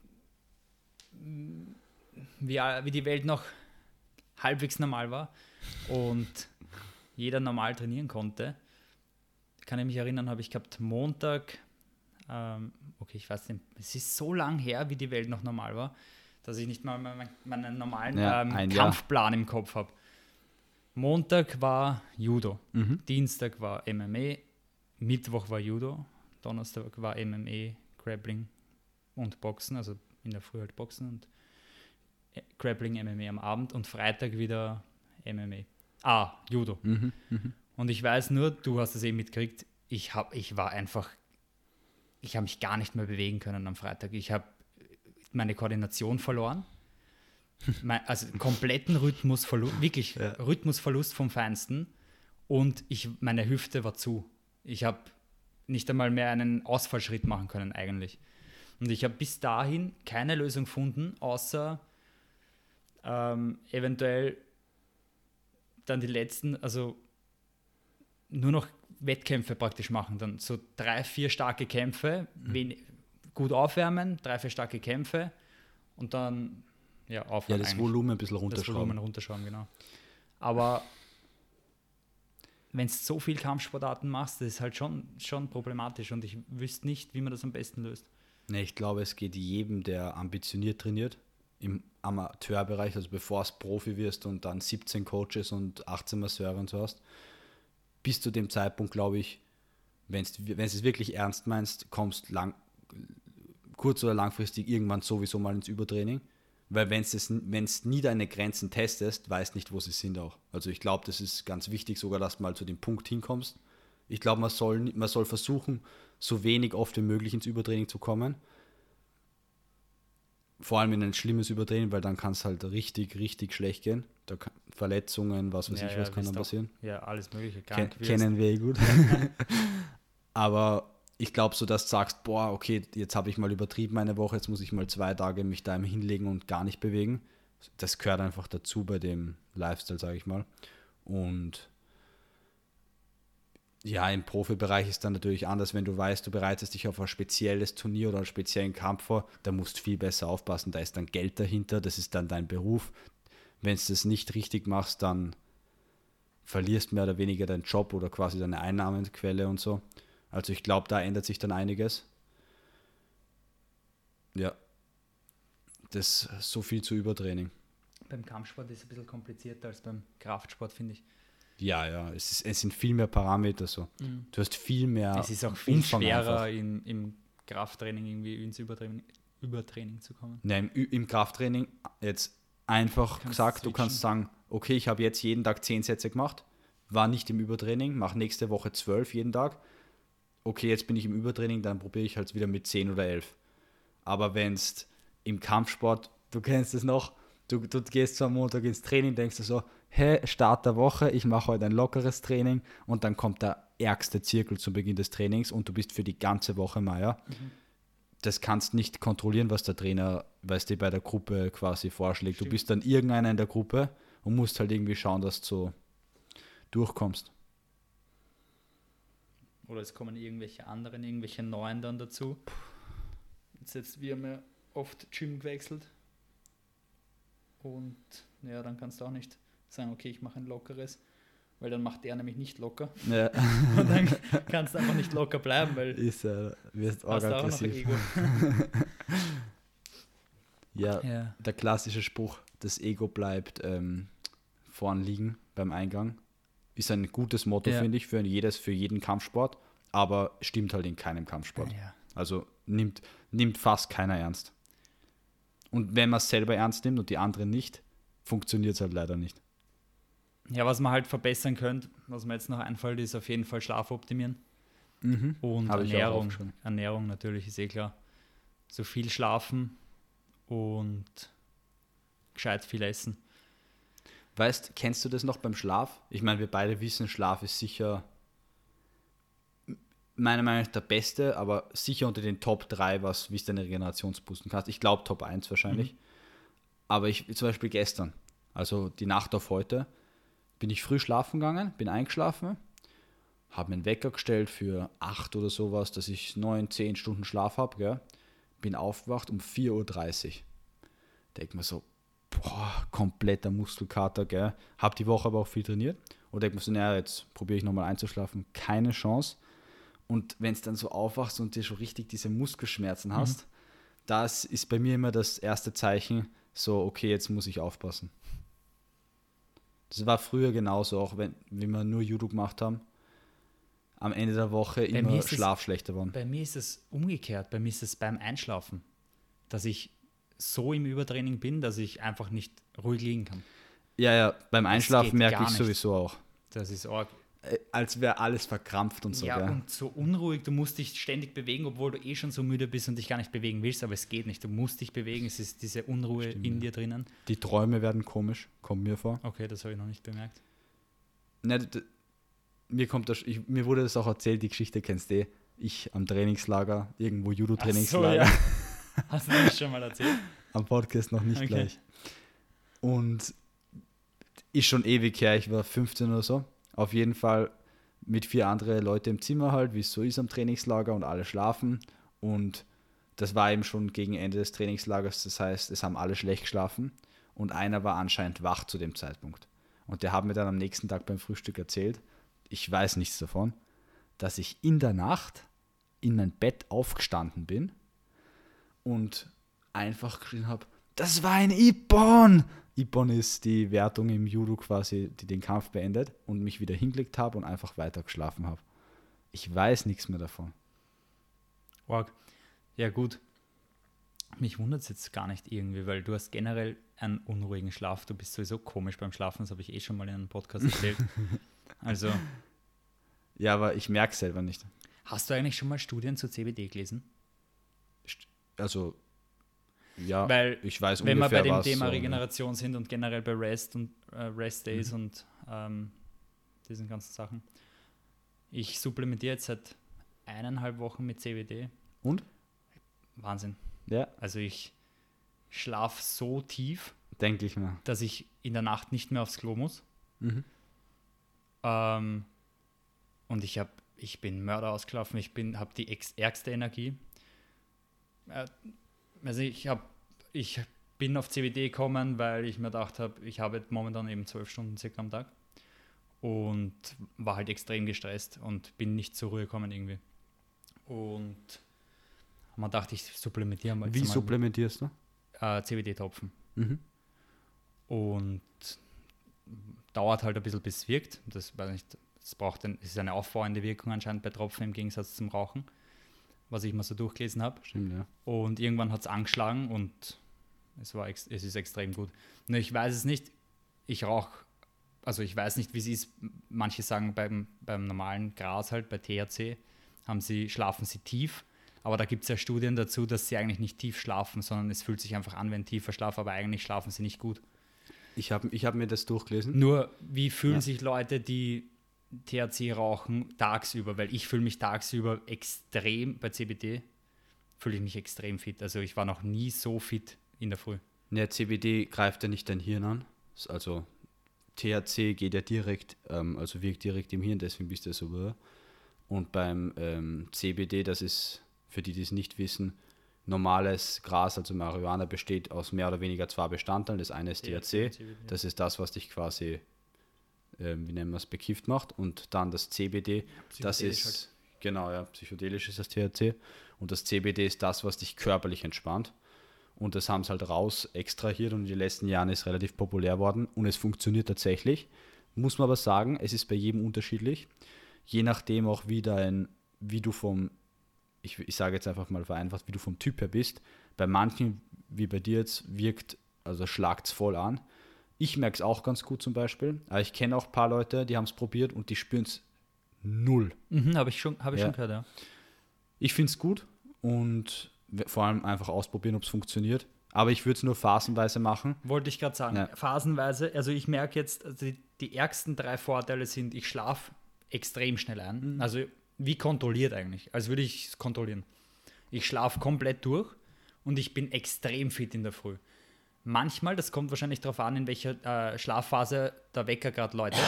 Wie, wie die Welt noch halbwegs normal war und jeder normal trainieren konnte, kann ich mich erinnern, habe ich gehabt Montag, ähm, okay, ich weiß nicht, es ist so lang her, wie die Welt noch normal war, dass ich nicht mal meinen, meinen normalen ja, ähm, Kampfplan Jahr. im Kopf habe. Montag war Judo, mhm. Dienstag war M M A, Mittwoch war Judo, Donnerstag war M M A, Grappling und Boxen, also in der Früh halt Boxen und Grappling, M M A am Abend und Freitag wieder M M A. Ah, Judo. Mhm, mh. Und ich weiß nur, du hast es eben mitgekriegt, ich, hab, ich war einfach, ich habe mich gar nicht mehr bewegen können am Freitag. Ich habe meine Koordination verloren. Mein, also kompletten Rhythmusverlust, wirklich ja. Rhythmusverlust vom Feinsten. Und ich, meine Hüfte war zu. Ich habe nicht einmal mehr einen Ausfallschritt machen können eigentlich. Und ich habe bis dahin keine Lösung gefunden, außer ähm, eventuell dann die letzten, also nur noch Wettkämpfe praktisch machen. Dann so drei, vier starke Kämpfe, mhm. wen, gut aufwärmen, drei, vier starke Kämpfe und dann ja, aufhören. Ja, das eigentlich. Volumen ein bisschen runterschrauben. Das Volumen runterschrauben, genau. Aber wenn du so viel Kampfsportarten machst, das ist halt schon, schon problematisch und ich wüsste nicht, wie man das am besten löst. Nee, ich glaube, es geht jedem, der ambitioniert trainiert, im Amateurbereich, also bevor du Profi wirst und dann siebzehn Coaches und achtzehn Masseure und so hast, bis zu dem Zeitpunkt, glaube ich, wenn du es wirklich ernst meinst, kommst lang, kurz- oder langfristig irgendwann sowieso mal ins Übertraining, weil wenn du nie deine Grenzen testest, weißt nicht, wo sie sind auch. Also ich glaube, das ist ganz wichtig sogar, dass du mal zu dem Punkt hinkommst. Ich glaube, man soll, man soll versuchen, so wenig oft wie möglich ins Übertraining zu kommen. vor allem in ein schlimmes Übertraining, weil dann kann es halt richtig, richtig schlecht gehen. Da kann, Verletzungen, was weiß Ja, ich, ja, was kann wirst dann auch- passieren. Ja, alles mögliche. Ken Krank wirst. kennen wir eh gut. Aber ich glaube so, dass du sagst, boah, okay, jetzt habe ich mal übertrieben eine Woche, jetzt muss ich mal zwei Tage mich da hinlegen und gar nicht bewegen. Das gehört einfach dazu bei dem Lifestyle, sage ich mal. Und ja, im Profibereich ist dann natürlich anders, wenn du weißt, du bereitest dich auf ein spezielles Turnier oder einen speziellen Kampf vor, da musst du viel besser aufpassen, da ist dann Geld dahinter, das ist dann dein Beruf. Wenn du das nicht richtig machst, dann verlierst mehr oder weniger deinen Job oder quasi deine Einnahmenquelle und so. Also ich glaube, da ändert sich dann einiges. Ja, das ist so viel zu Übertraining. Beim Kampfsport ist es ein bisschen komplizierter als beim Kraftsport, finde ich. Ja, ja, es, ist, es sind viel mehr Parameter so. Mhm. Du hast viel mehr Es ist auch viel Umfang schwerer, einfach. im, im Krafttraining irgendwie ins Übertraining, Übertraining zu kommen. Nein, im, im Krafttraining jetzt einfach Kannst gesagt, du switchen. kannst sagen, okay, ich habe jetzt jeden Tag zehn Sätze gemacht, war nicht im Übertraining, mache nächste Woche zwölf jeden Tag. Okay, jetzt bin ich im Übertraining, dann probiere ich halt wieder mit zehn oder elf. Aber wenn es im Kampfsport, du kennst es noch, du, du gehst so am Montag ins Training, denkst du so, hey, Start der Woche, ich mache heute ein lockeres Training und dann kommt der ärgste Zirkel zu Beginn des Trainings und du bist für die ganze Woche Meier. Mhm. Das kannst nicht kontrollieren, was der Trainer, was dir bei der Gruppe quasi vorschlägt. Stimmt. Du bist dann irgendeiner in der Gruppe und musst halt irgendwie schauen, dass du so durchkommst. Oder es kommen irgendwelche anderen, irgendwelche Neuen dann dazu. Jetzt, jetzt wir haben ja oft Gym gewechselt. Und ja, dann kannst du auch nicht sagen, okay, ich mache ein lockeres, weil dann macht der nämlich nicht locker. Ja. Und dann kannst du einfach nicht locker bleiben, weil Ist, äh, wirst hast du auch noch aggressiv. Ego. Ja, Ja. der klassische Spruch, das Ego bleibt ähm, vorn liegen beim Eingang, ist ein gutes Motto, Ja. finde ich, für, jedes, für jeden Kampfsport, aber stimmt halt in keinem Kampfsport. Ja. Also nimmt, nimmt fast keiner ernst. Und wenn man es selber ernst nimmt und die anderen nicht, funktioniert es halt leider nicht. ja, was man halt verbessern könnte, was mir jetzt noch einfällt, ist auf jeden Fall Schlaf optimieren. Mhm. Und Habe ich auch Ernährung. aufgeschrieben. Ernährung natürlich, ist eh klar. So viel schlafen und gescheit viel essen. Weißt, kennst du das noch beim Schlaf? Ich meine, wir beide wissen, Schlaf ist sicher meiner Meinung nach der beste, aber sicher unter den Top drei, was wie es deine Regenerationsboosten kannst. Ich glaube Top eins wahrscheinlich. Mhm. Aber ich, zum Beispiel gestern, also die Nacht auf heute, bin ich früh schlafen gegangen, bin eingeschlafen, habe mir einen Wecker gestellt für acht oder sowas, dass ich neun, zehn Stunden Schlaf habe, gell? Bin aufgewacht um vier Uhr dreißig. Denk mir so, boah, kompletter Muskelkater, gell? Hab die Woche aber auch viel trainiert und denk mir so, naja, jetzt probiere ich nochmal einzuschlafen. Keine Chance. Und wenn es dann so aufwachst und dir schon richtig diese Muskelschmerzen hast, mhm. das ist bei mir immer das erste Zeichen, so, okay, jetzt muss ich aufpassen. Das war früher genauso, auch wenn, wenn wir nur Judo gemacht haben. Am Ende der Woche Bei immer mir ist es- Schlaf schlechter geworden. Bei mir ist es umgekehrt. Bei mir ist es beim Einschlafen, dass ich so im Übertraining bin, dass ich einfach nicht ruhig liegen kann. Ja, ja, beim Einschlafen geht merke gar ich nicht. sowieso auch. Das ist arg. Äh, Als wäre alles verkrampft und so, Ja, gell? und so unruhig, du musst dich ständig bewegen, obwohl du eh schon so müde bist und dich gar nicht bewegen willst, aber es geht nicht. Du musst dich bewegen, es ist diese Unruhe Stimmt, in ja. dir drinnen. Die Träume werden komisch, kommt mir vor. Okay, das habe ich noch nicht bemerkt. Ne, d- d- mir, kommt das, ich, mir wurde das auch erzählt, die Geschichte kennst du eh. Ich am Trainingslager, irgendwo Ach so, Judo-Trainingslager, ja. Hast du das schon mal erzählt? am Podcast noch nicht Okay. gleich. Und ist schon ewig her, ich war fünfzehn oder so. Auf jeden Fall mit vier anderen Leuten im Zimmer halt, wie es so ist am Trainingslager und alle schlafen. Und das war eben schon gegen Ende des Trainingslagers, das heißt, es haben alle schlecht geschlafen und einer war anscheinend wach zu dem Zeitpunkt. Und der hat mir dann am nächsten Tag beim Frühstück erzählt, ich weiß nichts davon, dass ich in der Nacht in mein Bett aufgestanden bin und einfach geschrien habe, das war ein Ippon! Ippon ist die Wertung im Judo quasi, die den Kampf beendet und mich wieder hingelegt habe und einfach weiter geschlafen habe. Ich weiß nichts mehr davon. Org. Ja, gut. Mich wundert es jetzt gar nicht irgendwie, weil du hast generell einen unruhigen Schlaf. Du bist sowieso komisch beim Schlafen, das habe ich eh schon mal in einem Podcast erzählt. Also, Ja, aber ich merke es selber nicht. hast du eigentlich schon mal Studien zu C B D gelesen? Also, Ja, Weil, ich weiß wenn wir bei ungefähr dem was. Thema so, Regeneration sind und generell bei Rest und äh, Rest Days Mhm. und ähm, diesen ganzen Sachen. Ich supplementiere jetzt seit eineinhalb Wochen mit C B D. Und? Wahnsinn. Ja, Also ich schlafe so tief, denke ich mir. dass ich in der Nacht nicht mehr aufs Klo muss. Mhm. Ähm, und ich, hab, ich bin Mörder ausgelaufen, ich habe die ex- ärgste Energie. Äh, also ich, hab, ich bin auf C B D gekommen, weil ich mir gedacht habe, ich habe momentan eben zwölf Stunden circa am Tag und war halt extrem gestresst und bin nicht zur Ruhe gekommen irgendwie. Und man dachte, ich supplementiere mal, Wie supplementierst du? äh, C B D-Tropfen. Mhm. Und dauert halt ein bisschen, bis es wirkt. Das, weiß nicht, das braucht ein, es ist eine aufbauende Wirkung anscheinend bei Tropfen im Gegensatz zum Rauchen, was ich mal so durchgelesen habe. Stimmt, ja. Und irgendwann hat es angeschlagen und es, war ex, es ist extrem gut. Nur ich weiß es nicht, ich rauche, also ich weiß nicht, wie es ist. Manche sagen beim, beim normalen Gras halt, bei T H C, haben sie, schlafen sie tief. Aber da gibt es ja Studien dazu, dass sie eigentlich nicht tief schlafen, sondern es fühlt sich einfach an wie ein tiefer Schlaf, aber eigentlich schlafen sie nicht gut. Ich habe ich hab mir das durchgelesen. Nur, wie fühlen Ja. sich Leute, die T H C rauchen, tagsüber? Weil ich fühle mich tagsüber extrem, bei C B D fühle ich mich extrem fit. Also ich war noch nie so fit in der Früh. Ja, C B D greift ja nicht dein Hirn an. Also T H C geht ja direkt, ähm, also wirkt direkt im Hirn, deswegen bist du so wach. Und beim ähm, C B D, das ist, für die, die es nicht wissen, normales Gras, also Marihuana, besteht aus mehr oder weniger zwei Bestandteilen. Das eine ist T H C, das ist das, was dich quasi, ähm, wie nennen wir es, bekifft macht. Und dann das C B D, das ist, halt. genau, ja, psychedelisch ist das T H C. Und das C B D ist das, was dich körperlich entspannt. Und das haben sie halt raus extrahiert und in den letzten Jahren ist relativ populär worden und es funktioniert tatsächlich. Muss man aber sagen, es ist bei jedem unterschiedlich. Je nachdem auch wie dein, wie du vom, ich, ich sage jetzt einfach mal vereinfacht, wie du vom Typ her bist. Bei manchen, wie bei dir jetzt, wirkt, also schlagt es voll an. Ich merke es auch ganz gut zum Beispiel, aber ich kenne auch ein paar Leute, die haben es probiert und die spüren es null. Mhm, habe ich, schon, hab ich Ja. schon gehört, ja. Ich finde es gut und w- vor allem einfach ausprobieren, ob es funktioniert. Aber ich würde es nur phasenweise machen. Wollte ich gerade sagen, Ja. phasenweise, also ich merke jetzt, also die, die ärgsten drei Vorteile sind, ich schlafe extrem schnell ein. Mhm. Also wie kontrolliert eigentlich, als würde ich es kontrollieren. Ich schlafe komplett durch und ich bin extrem fit in der Früh. Manchmal, das kommt wahrscheinlich darauf an, in welcher äh, Schlafphase der Wecker gerade läutet,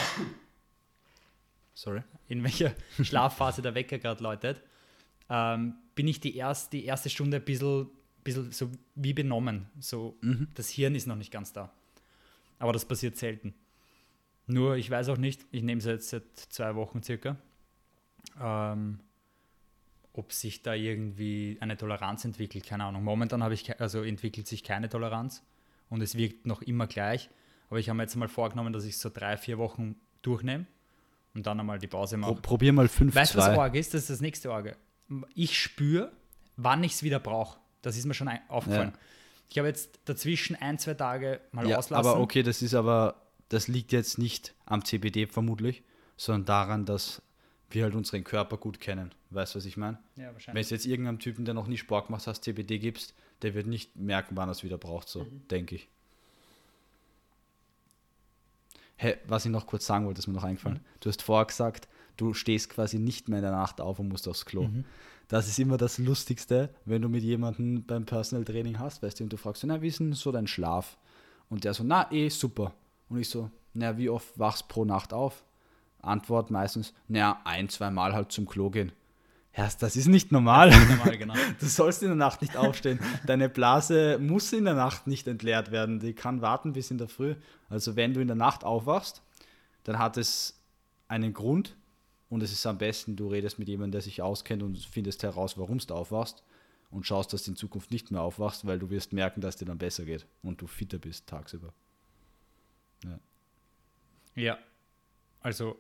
Sorry. in welcher Schlafphase der Wecker gerade läutet, ähm, bin ich die, erst, die erste Stunde ein bisschen, bisschen so wie benommen. So, Mhm. das Hirn ist noch nicht ganz da. Aber das passiert selten. Nur, ich weiß auch nicht, ich nehme es jetzt seit zwei Wochen circa, ähm, ob sich da irgendwie eine Toleranz entwickelt, keine Ahnung. Momentan habe ich, ke- also entwickelt sich keine Toleranz und es wirkt noch immer gleich. Aber ich habe mir jetzt mal vorgenommen, dass ich so drei, vier Wochen durchnehme und dann einmal die Pause Pro, mache. probier mal fünf Weißt du, was zwei. Org ist? Das ist das nächste Orge. Ich spüre, wann ich es wieder brauche. Das ist mir schon ein- aufgefallen. Ja. Ich habe jetzt dazwischen ein, zwei Tage mal Ja, auslassen. aber okay, das ist aber, das liegt jetzt nicht am C B D vermutlich, sondern daran, dass wir halt unseren Körper gut kennen. Weißt du, was ich meine? Ja, Wenn wahrscheinlich. es jetzt irgendeinem Typen, der noch nie Sport gemacht hat, C B D gibst, der wird nicht merken, wann er es wieder braucht, so, Mhm. denke ich. Hä, was ich noch kurz sagen wollte, ist mir noch eingefallen. Mhm. Du hast vorher gesagt, du stehst quasi nicht mehr in der Nacht auf und musst aufs Klo. Mhm. Das ist immer das Lustigste, wenn du mit jemandem beim Personal Training hast, weißt du, und du fragst, na, wie ist denn so dein Schlaf? Und der so, na, eh, super. Und ich so, na, wie oft wachst pro Nacht auf? Antwort meistens, na, ein, zwei Mal halt zum Klo gehen. Ja, das ist nicht normal. Normal, genau. Du sollst in der Nacht nicht aufstehen. Deine Blase muss in der Nacht nicht entleert werden. Die kann warten bis in der Früh. Also wenn du in der Nacht aufwachst, dann hat es einen Grund und es ist am besten, du redest mit jemandem, der sich auskennt und findest heraus, warum du aufwachst und schaust, dass du in Zukunft nicht mehr aufwachst, weil du wirst merken, dass dir dann besser geht und du fitter bist tagsüber. Ja. Ja, also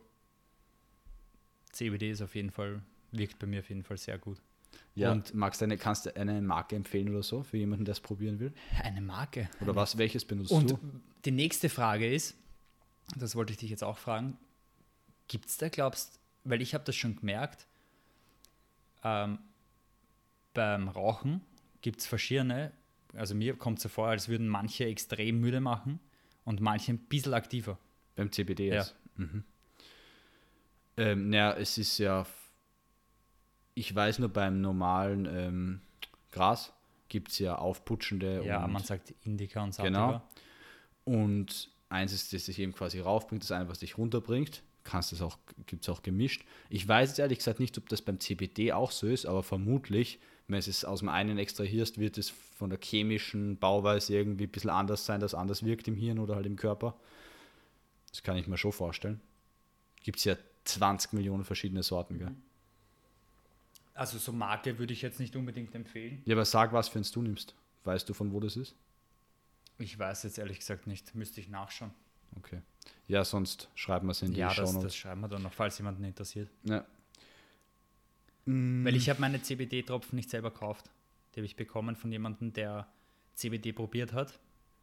C B D ist auf jeden Fall, wirkt bei mir auf jeden Fall sehr gut. Ja, Und- und magst du eine, kannst du eine Marke empfehlen oder so für jemanden, der es probieren will? Eine Marke. Oder was, welches benutzt Und du? die nächste Frage ist, das wollte ich dich jetzt auch fragen, gibt es da, glaubst, weil ich habe das schon gemerkt, ähm, beim Rauchen gibt es verschiedene also mir kommt es so vor, als würden manche extrem müde machen und manche ein bisschen aktiver. Beim C B D Ja. jetzt. Mhm. Ähm, naja, es ist ja, ich weiß nur, beim normalen ähm, Gras gibt es ja aufputschende Ja, und man sagt Indica und genau. Sativa. Und eins ist, das dich eben quasi raufbringt, das eine, was dich runterbringt. Kannst das auch, gibt es auch gemischt. Ich weiß jetzt ehrlich gesagt nicht, ob das beim C B D auch so ist, aber vermutlich, wenn du es aus dem einen extrahierst, wird es von der chemischen Bauweise irgendwie ein bisschen anders sein, dass anders wirkt im Hirn oder halt im Körper. Das kann ich mir schon vorstellen. Gibt es ja zwanzig Millionen verschiedene Sorten, gell? Also so Marke würde ich jetzt nicht unbedingt empfehlen. Ja, aber sag, was für eins du nimmst. Weißt du, von wo das ist? Ich weiß jetzt ehrlich gesagt nicht, müsste ich nachschauen. Okay. Ja, sonst schreiben wir es in die Ja, das, Shownotes. das schreiben wir dann noch, falls jemanden interessiert. Ja. Weil ich habe meine C B D-Tropfen nicht selber gekauft. Die habe ich bekommen von jemandem, der C B D probiert hat.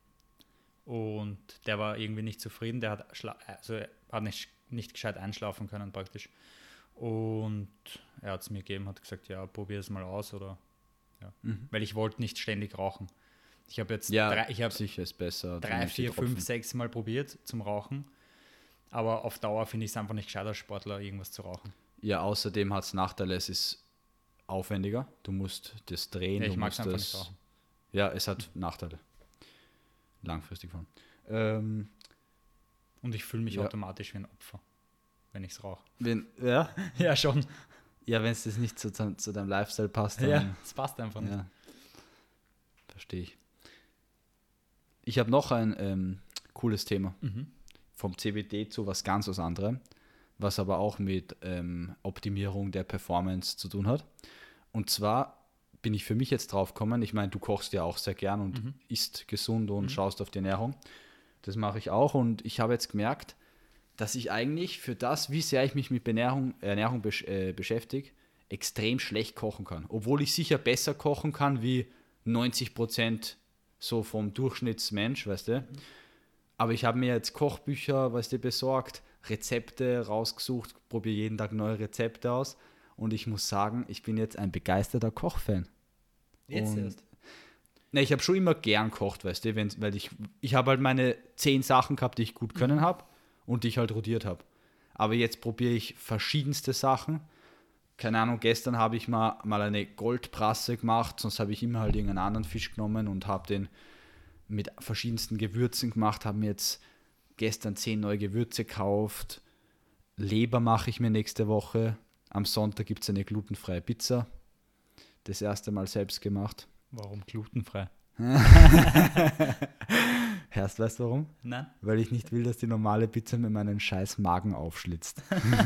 Und der war irgendwie nicht zufrieden. Der hat, schla- also er hat nicht, nicht gescheit einschlafen können praktisch. Und er hat es mir gegeben, hat gesagt, ja, probier es mal aus. Oder, ja. Mhm. Weil ich wollte nicht ständig rauchen. Ich habe jetzt Ja, drei, ich hab sicher ist besser. drei, vier, fünf, sechs Mal probiert zum Rauchen. Aber auf Dauer finde ich es einfach nicht gescheit als Sportler, irgendwas zu rauchen. Ja, außerdem hat es Nachteile, es ist aufwendiger. Du musst das drehen. Ja, ich du mag es musst einfach das, nicht rauchen. Ja, es hat Nachteile. Langfristig von. Ähm, Und ich fühle mich Ja. automatisch wie ein Opfer, wenn ich es rauche. wenn, ja, Ja, schon. ja wenn es das nicht zu, zu, zu deinem Lifestyle passt, dann Ja, es passt einfach nicht. ja, verstehe ich. Ich habe noch ein ähm, cooles Thema. Mhm. Vom C B D zu was ganz was anderem, was aber auch mit ähm, Optimierung der Performance zu tun hat. Und zwar bin ich für mich jetzt drauf gekommen, ich meine, du kochst ja auch sehr gern und Mhm. isst gesund und Mhm. schaust auf die Ernährung. Das mache ich auch und ich habe jetzt gemerkt, dass ich eigentlich für das, wie sehr ich mich mit Ernährung, Ernährung besch äh, beschäftige, extrem schlecht kochen kann. Obwohl ich sicher besser kochen kann wie neunzig Prozent so vom Durchschnittsmensch, weißt du. Aber ich habe mir jetzt Kochbücher, weißt du, besorgt, Rezepte rausgesucht, probiere jeden Tag neue Rezepte aus und ich muss sagen, ich bin jetzt ein begeisterter Kochfan. Jetzt Und- erst. Ne, ich habe schon immer gern kocht, weißt du, wenn, weil ich, ich habe halt meine zehn Sachen gehabt, die ich gut können habe und die ich halt rotiert habe. Aber jetzt probiere ich verschiedenste Sachen. Keine Ahnung, gestern habe ich mal, mal eine Goldbrasse gemacht, sonst habe ich immer halt irgendeinen anderen Fisch genommen und habe den mit verschiedensten Gewürzen gemacht, habe mir jetzt gestern zehn neue Gewürze gekauft. Leber mache ich mir nächste Woche. Am Sonntag gibt es eine glutenfreie Pizza. Das erste Mal selbst gemacht. Warum glutenfrei? Erst weißt du warum? Nein? Weil ich nicht will, dass die normale Pizza mir meinen scheiß Magen aufschlitzt.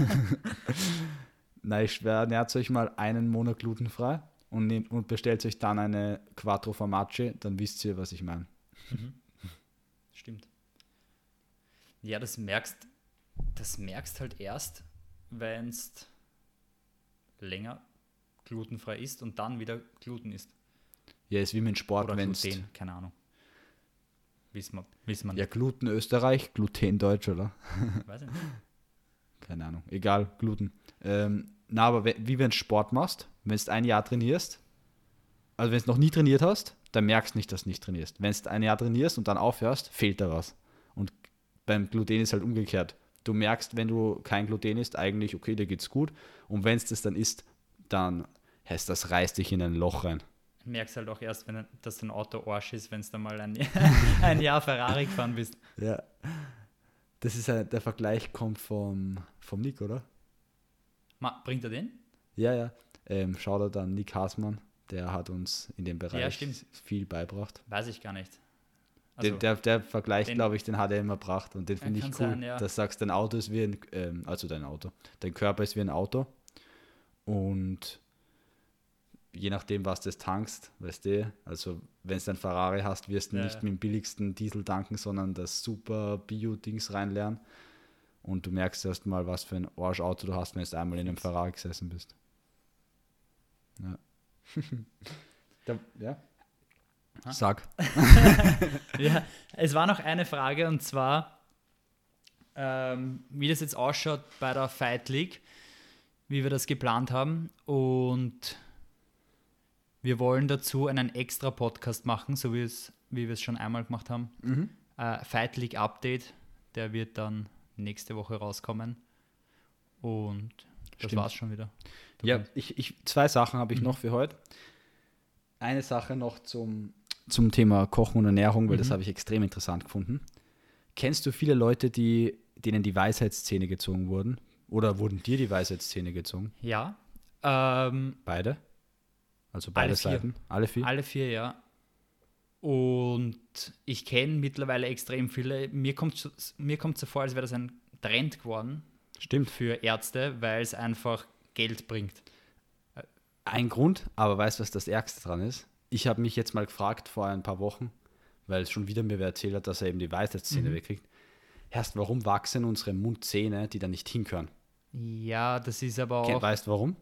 Nein, ich schwör, ernährt euch mal einen Monat glutenfrei und, nehmt, und bestellt euch dann eine Quattro Formaggi, dann wisst ihr, was ich meine. Stimmt. Ja, das merkst, das merkst halt erst, wenn es länger glutenfrei ist und dann wieder Gluten isst. Ja, ist wie mit dem Sport, Oder wenn Gluten, keine Ahnung. Wissen wir, wissen wir Ja, nicht. Gluten Österreich, Gluten Deutsch, oder? Weiß ich nicht. Keine Ahnung. Egal, Gluten. Ähm, na, aber we- wie wenn du Sport machst, wenn du ein Jahr trainierst, also wenn du noch nie trainiert hast, dann merkst du nicht, dass du nicht trainierst. Wenn du ein Jahr trainierst und dann aufhörst, fehlt da was. Und beim Gluten ist halt umgekehrt. Du merkst, wenn du kein Gluten isst, eigentlich, okay, dir geht's gut. Und wenn es das dann isst, dann heißt das, reißt dich in ein Loch rein. Merkst halt auch erst, wenn dass dein Auto Arsch ist, wenn du dann mal ein, ein Jahr Ferrari gefahren bist. Ja. Das ist ein, der Vergleich kommt vom, vom Nick, oder? Ma, bringt er den? Ja, ja. Ähm, Shoutout an Nick Hasmann, der hat uns in dem Bereich Ja, stimmt. viel beibracht. Weiß ich gar nicht. Der, Also, der, der Vergleich, den- glaube ich, den hat er immer gebracht und den finde ich kann cool. sein, ja. Da sagst dein Auto ist wie ein, ähm, also dein Auto, dein Körper ist wie ein Auto und je nachdem, was du tankst, weißt du, also wenn du ein Ferrari hast, wirst du Ja, nicht ja. mit dem billigsten Diesel tanken, sondern das super Bio-Dings reinlernen und du merkst erst mal, was für ein Arschauto du hast, wenn du einmal in einem Ferrari gesessen bist. Ja. da, ja. Ha? Sag. ja, es war noch eine Frage und zwar, ähm, wie das jetzt ausschaut bei der Fight League, wie wir das geplant haben und Wir wollen dazu einen extra Podcast machen, so wie, es, wie wir es schon einmal gemacht haben. Mhm. Äh, Fight League Update, der wird dann nächste Woche rauskommen. Und das Stimmt. war's schon wieder. Du Ja, kannst- ich, ich, zwei Sachen habe ich Mhm. noch für heute. Eine Sache noch zum, zum Thema Kochen und Ernährung, weil das Mhm. habe ich extrem interessant gefunden. Kennst du viele Leute, die, denen die Weisheitszähne gezogen wurden? Oder wurden dir die Weisheitszähne gezogen? Ja, ähm, Beide? Also beide Alle vier. Seiten? Alle vier? alle vier, ja. Und ich kenne mittlerweile extrem viele. Mir kommt mir kommt so vor, als wäre das ein Trend geworden Stimmt. für Ärzte, weil es einfach Geld bringt. Ein Grund, aber weißt du, was das Ärgste dran ist? Ich habe mich jetzt mal gefragt vor ein paar Wochen, weil es schon wieder mir wer erzählt hat, dass er eben die Weisheitszähne Mhm. wegkriegt. Erst, warum wachsen unsere Mundzähne, die da nicht hinkören? Ja, das ist aber Ke- auch. Weißt du warum?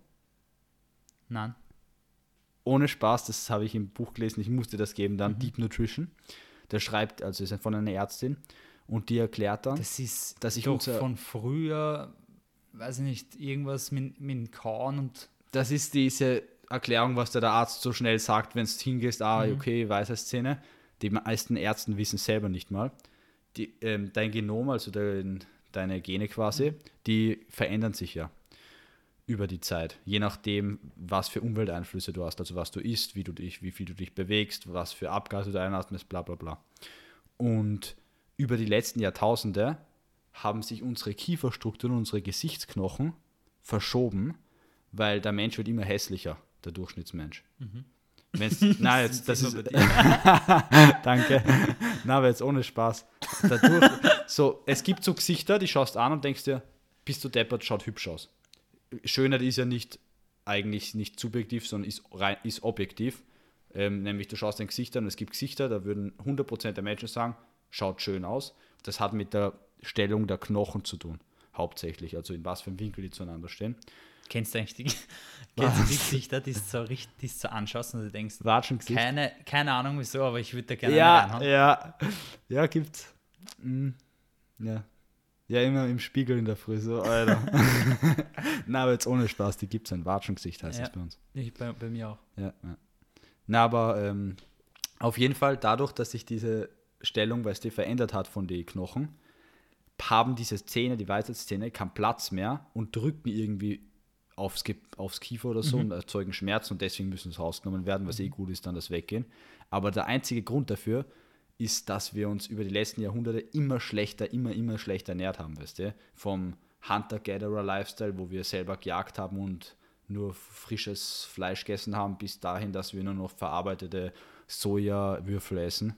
Nein. Ohne Spaß, das habe ich im Buch gelesen, ich musste das geben dann, Mhm. Deep Nutrition. Der schreibt, also ist von einer Ärztin und die erklärt dann, Das ist Dass ich doch unser- von früher, weiß ich nicht, irgendwas mit, mit dem Kauen und. das ist diese Erklärung, was der, der Arzt so schnell sagt, wenn du hingehst, ah, Mhm. okay, Weisheitszähne. Die meisten Ärzten wissen selber nicht mal. Die, ähm, dein Genom, also dein, deine Gene quasi, die verändern sich ja über die Zeit, je nachdem, was für Umwelteinflüsse du hast, also was du isst, wie du dich, wie viel du dich bewegst, was für Abgase du einatmest, bla bla bla. Und über die letzten Jahrtausende haben sich unsere Kieferstrukturen, unsere Gesichtsknochen verschoben, weil der Mensch wird immer hässlicher, der Durchschnittsmensch. Wenn's, nein, jetzt, das ist, Sind wir bei danke. Na, aber jetzt ohne Spaß. Dadurch, so, es gibt so Gesichter, die schaust an und denkst dir, bist du deppert, schaut hübsch aus. Schönheit ist ja nicht eigentlich nicht subjektiv, sondern ist, rein, ist objektiv. Ähm, nämlich du schaust ein Gesicht an und es gibt Gesichter, da würden hundert Prozent der Menschen sagen, schaut schön aus. Das hat mit der Stellung der Knochen zu tun, hauptsächlich, also in was für einem Winkel die zueinander stehen. Kennst du eigentlich die, kennst du die Gesichter, die du so, richtig- die du so anschaust und du denkst, Watschengesicht. keine, keine Ahnung wieso, aber ich würde da gerne Ja, reinhauen. ja, ja, gibt's. Mm, ja. Ja, immer im Spiegel in der Früh, so, Alter. Na, aber jetzt ohne Spaß, die gibt's, ein Watschengesicht heißt Ja. das bei uns. Ich, bei, bei mir auch. Ja, ja. Na, aber ähm, auf jeden Fall dadurch, dass sich diese Stellung, weißt du, verändert hat von den Knochen, haben diese Zähne, die Weisheitszähne, keinen Platz mehr und drücken irgendwie aufs, Ge- aufs Kiefer oder so Mhm. und erzeugen Schmerzen und deswegen müssen es rausgenommen werden, was eh gut ist, dann das Weggehen. Aber der einzige Grund dafür ist, dass wir uns über die letzten Jahrhunderte immer schlechter, immer, immer schlechter ernährt haben, weißt du? Vom Hunter-Gatherer-Lifestyle, wo wir selber gejagt haben und nur frisches Fleisch gegessen haben, bis dahin, dass wir nur noch verarbeitete Sojawürfel essen.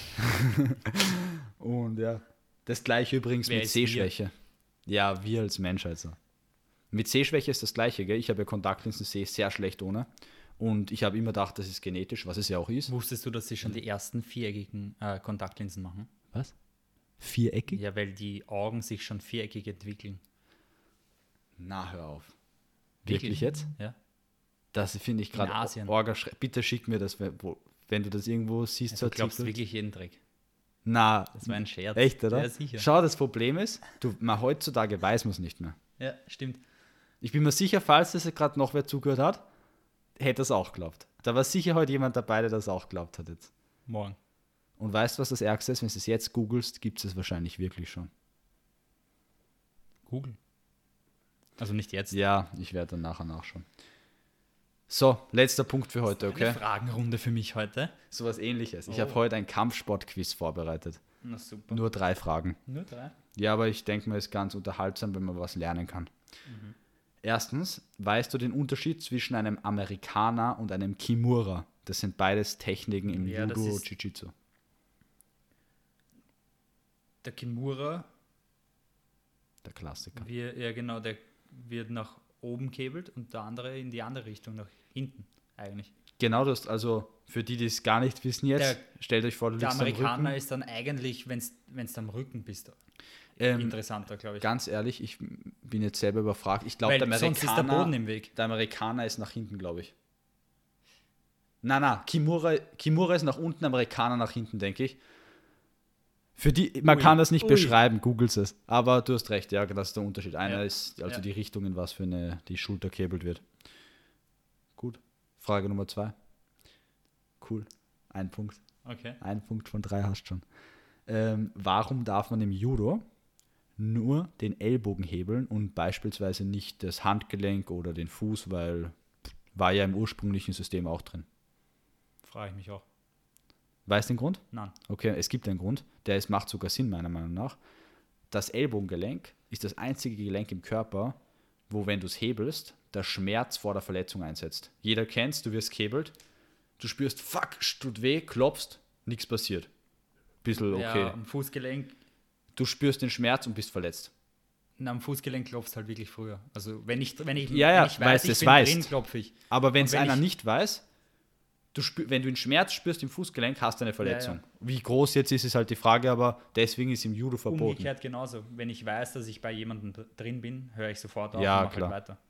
Und ja, das gleiche übrigens Wer mit ist wir? Sehschwäche. Ja, wir als Mensch also. Mit Sehschwäche ist das gleiche, gell? Ich habe ja Kontaktlinsen, sehe sehr schlecht ohne. Und ich habe immer gedacht, das ist genetisch, was es ja auch ist. Wusstest du, dass sie schon die ersten viereckigen äh, Kontaktlinsen machen? Was? Viereckig? Ja, weil die Augen sich schon viereckig entwickeln. Na, hör auf. Wirklich jetzt? Ja. Das finde ich gerade Asien. orga schre- Bitte schick mir das, wenn wo- wenn du das irgendwo siehst. Also, so du glaubst Artikel. wirklich jeden Dreck. Na, Das war ein Scherz. echt, oder? Ja, sicher. Schau, das Problem ist, du, man, heutzutage weiß man es nicht mehr. Ja, stimmt. Ich bin mir sicher, falls das gerade noch wer zugehört hat, hätte es auch geglaubt. Da war sicher heute jemand dabei, der das auch geglaubt hat jetzt. Morgen. Und weißt du, was das Ärgste ist? Wenn du es jetzt googelst, gibt es es wahrscheinlich wirklich schon. Google. Also nicht jetzt. Ja, ich werde dann nachher nachschauen. So, letzter Punkt für heute, okay? Eine Fragenrunde für mich heute. So was ähnliches. Ich Oh. habe heute ein Kampfsport-Quiz vorbereitet. Na super. Nur drei Fragen. Nur drei. Ja, aber ich denke mal, es ist ganz unterhaltsam, wenn man was lernen kann. Mhm. Erstens, weißt du den Unterschied zwischen einem Amerikaner und einem Kimura? Das sind beides Techniken im Ja, das Judo, ist- Jiu-Jitsu. Der Kimura, Der Klassiker. wir, ja genau, der wird nach oben kebelt und der andere in die andere Richtung, nach hinten eigentlich. Genau, das, also für die, die es gar nicht wissen jetzt, Der- stellt euch vor, du Der liegst am Amerikaner Rücken. ist dann eigentlich, wenn du am Rücken bist, Ähm, interessanter, glaube ich. Ganz ehrlich, ich bin jetzt selber überfragt. Ich glaube, Weil der sonst ist der Boden Amerikaner, im Weg. der Amerikaner ist nach hinten, glaube ich. Na, na, Kimura, Kimura ist nach unten, Amerikaner nach hinten, denke ich. Für die, man Ui, kann das nicht ui. beschreiben, googles es. Aber du hast recht, ja, das ist der Unterschied. Einer Ja, ist also ja. die Richtung, in was für eine die Schulter kebelt wird. Gut. Frage Nummer zwei. Cool. Ein Punkt. Okay. Ein Punkt von drei hast schon. Ähm, warum darf man im Judo nur den Ellbogen hebeln und beispielsweise nicht das Handgelenk oder den Fuß, weil war ja im ursprünglichen System auch drin. Frage ich mich auch. Weißt du den Grund? Nein. Okay, es gibt einen Grund, der ist, macht sogar Sinn, meiner Meinung nach. Das Ellbogengelenk ist das einzige Gelenk im Körper, wo, wenn du es hebelst, der Schmerz vor der Verletzung einsetzt. Jeder kennt's, du wirst gehebelt, du spürst, fuck, tut weh, klopfst, nichts passiert. Bisschen okay. Ja, am Fußgelenk, Du spürst den Schmerz und bist verletzt. na, am Fußgelenk klopfst halt wirklich früher. Also wenn ich, wenn ich, Ja, ja, wenn ich weil weiß, du ich es bin weißt. drin, klopfe ich. Aber wenn Und es wenn einer ich- nicht weiß, du spür, wenn du einen Schmerz spürst im Fußgelenk, hast du eine Verletzung. Ja, Wie groß jetzt ist, ist halt die Frage, aber deswegen ist im Judo verboten. Umgekehrt genauso. Wenn ich weiß, dass ich bei jemandem dr- drin bin, höre ich sofort auf Ja, und mache klar. halt weiter.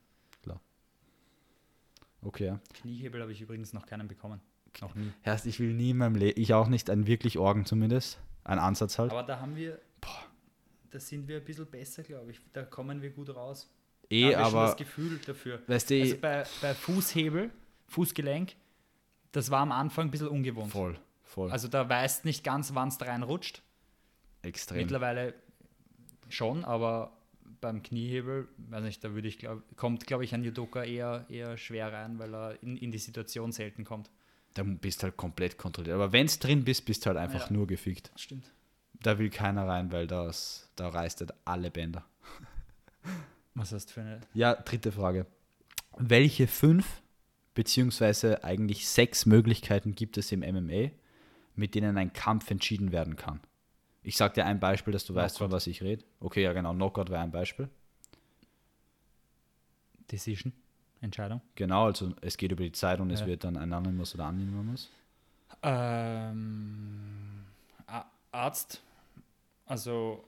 Okay, ja. Kniehebel habe ich übrigens noch keinen bekommen. Noch nie. Erst, ich will nie in meinem Leben, ich auch nicht, einen wirklich Orgen zumindest, ein Ansatz halt. Aber da haben wir, da sind wir ein bisschen besser, glaube ich. Da kommen wir gut raus. eh, da haben wir schon aber, das Gefühl dafür. weißt du, Also bei, bei Fußhebel, Fußgelenk, das war am Anfang ein bisschen ungewohnt. voll, voll, Also da weißt nicht ganz, wann es reinrutscht. extrem. Mittlerweile schon, aber beim Kniehebel, weiß nicht, da würde ich glaub, kommt, glaube ich, ein Judoka eher, eher schwer rein, weil er in, in die Situation selten kommt. Da bist halt komplett kontrolliert. Aber wenn es drin bist, bist du halt einfach Ja. nur gefickt. Stimmt. Da will keiner rein, weil das, da reißt halt alle Bänder. Was hast du für eine? Ja, dritte Frage. Welche fünf beziehungsweise eigentlich sechs Möglichkeiten gibt es im M M A, mit denen ein Kampf entschieden werden kann? Ich sage dir ein Beispiel, dass du weißt, von Knockout. was ich rede. Okay, ja genau, Knockout wäre ein Beispiel. Decision? Entscheidung? Genau, also es geht über die Zeit und es Ja. wird dann ein Anonymous oder Anonymous. Ähm, A- Arzt? Also,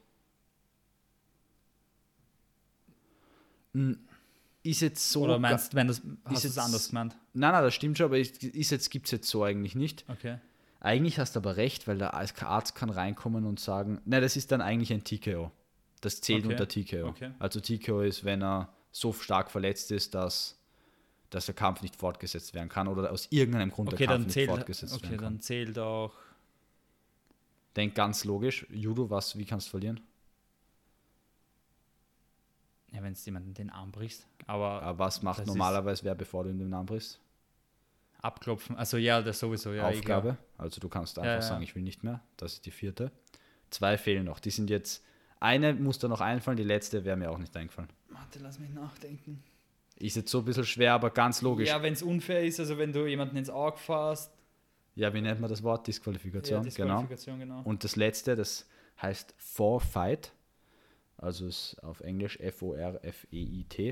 Ist jetzt so... oder meinst du, wenn das, ist hast du es jetzt- anders gemeint? Nein, nein, das stimmt schon, aber ist jetzt, gibt es jetzt so eigentlich nicht. Okay. Eigentlich hast du aber recht, weil der Arzt kann reinkommen und sagen, nein, das ist dann eigentlich ein T K O. Das zählt Okay. unter T K O. Okay. Also T K O ist, wenn er so stark verletzt ist, dass, dass der Kampf nicht fortgesetzt werden kann oder aus irgendeinem Grund Okay, der Kampf dann nicht zählt, fortgesetzt okay, werden kann. dann zählt auch. Denk ganz logisch, Judo, was, wie kannst du verlieren? Ja, wenn es jemanden den Arm brichst. Aber Aber was macht das normalerweise wer, bevor du ihn den Namen brichst? abklopfen, also ja, das sowieso, ja. eh klar. Aufgabe. Also du kannst einfach Ja, ja. sagen, ich will nicht mehr. Das ist die vierte. Zwei fehlen noch. Die sind jetzt, eine muss da noch einfallen, die letzte wäre mir auch nicht eingefallen. Warte, lass mich nachdenken. Ist jetzt so ein bisschen schwer, aber ganz logisch. Ja, wenn es unfair ist, also wenn du jemanden ins Auge fasst. Ja, wie nennt man das Wort? Disqualifikation. Ja, Disqualifikation, genau. Genau. Und das letzte, das heißt Forfeit. Also ist auf Englisch F O R F E I T.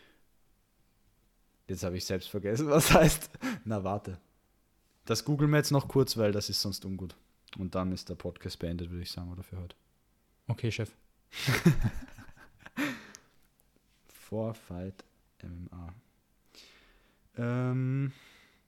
Jetzt habe ich selbst vergessen, was heißt. Na, warte. Das googeln wir jetzt noch kurz, weil das ist sonst ungut. Und dann ist der Podcast beendet, würde ich sagen, oder für heute. Okay, Chef. Forfeit M M A. Ähm.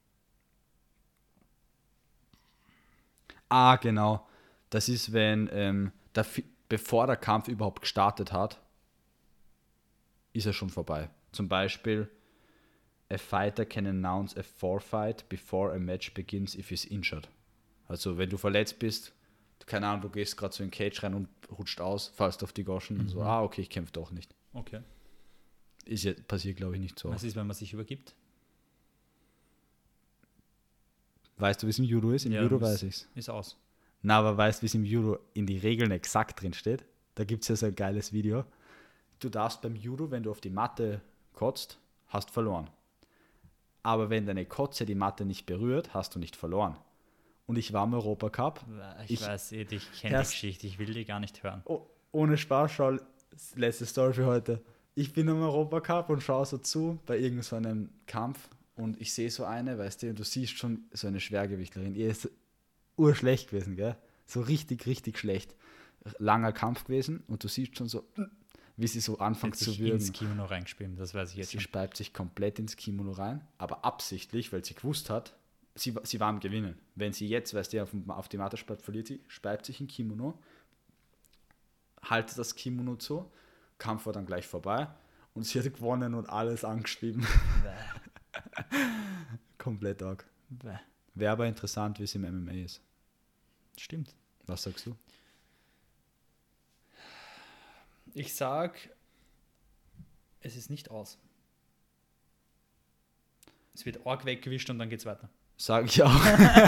Ah, genau. Das ist, wenn, ähm, der, Fi- bevor der Kampf überhaupt gestartet hat, ist er schon vorbei. Zum Beispiel, a fighter can announce a forfeit before a match begins if he's injured. Also, wenn du verletzt bist, keine Ahnung, du gehst gerade so in den Cage rein und rutscht aus, fallst auf die Goschen und so, ah, okay, ich kämpfe doch nicht. Okay. Ist ja, passiert, glaube ich, nicht so. Was ist, wenn man sich übergibt? Weißt du, wie es im Judo ist? Im Ja, Judo muss- weiß ich's. Ist aus. Na, aber weißt du, wie es im Judo in die Regeln exakt drin steht? Da gibt es ja so ein geiles Video. Du darfst beim Judo, wenn du auf die Matte kotzt, hast verloren. Aber wenn deine Kotze die Matte nicht berührt, hast du nicht verloren. Und ich war im Europacup. Ich, Ich- weiß, eh, ich kenne die Erst- Geschichte, ich will die gar nicht hören. Oh, ohne Spaß, schau, letzte Story für heute. Ich bin im Europacup und schaue so zu bei irgendeinem so einem Kampf und ich sehe so eine, weißt du, und du siehst schon so eine Schwergewichtlerin. Ihr ist urschlecht gewesen, gell? So richtig, richtig schlecht. Langer Kampf gewesen und du siehst schon so, wie sie so anfängt Hat zu sich würgen. ins Kimono reingespielt, das weiß ich jetzt Sie schon. speibt sich komplett ins Kimono rein, aber absichtlich, weil sie gewusst hat, sie, sie war am Gewinnen. Wenn sie jetzt, weißt du, auf, auf die Matte speibt, verliert sie, speibt sich im Kimono, haltet das Kimono zu, Kampf war dann gleich vorbei und sie hat gewonnen und alles angeschrieben. Komplett arg. Bäh. Wäre aber interessant, wie es im M M A ist. Stimmt. Was sagst du? Ich sag, es ist nicht aus. Es wird arg weggewischt und dann geht's weiter. Sag ich auch.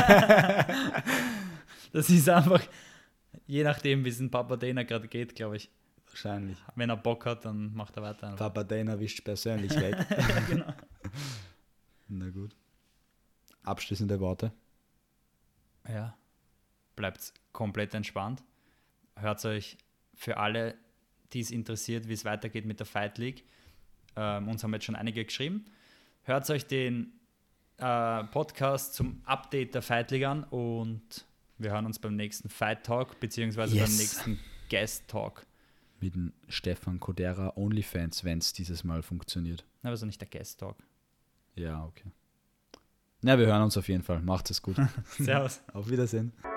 Das ist einfach, je nachdem, wie es in Papa Dana gerade geht, glaube ich. Wahrscheinlich. Wenn er Bock hat, dann macht er weiter. Einfach. Papa Dana wischt persönlich weg. Ja, genau. Na gut. Abschließende Worte. Ja, bleibt komplett entspannt. Hört euch für alle, die es interessiert, wie es weitergeht mit der Fight League. Ähm, uns haben jetzt schon einige geschrieben. Hört euch den äh, Podcast zum Update der Fight League an und wir hören uns beim nächsten Fight Talk beziehungsweise Yes. beim nächsten Guest Talk. Mit dem Stefan Kodera OnlyFans, wenn es dieses Mal funktioniert. Na, also nicht der Guest Talk. Ja, okay. Na, wir hören uns auf jeden Fall. Macht es gut. Servus. Auf Wiedersehen.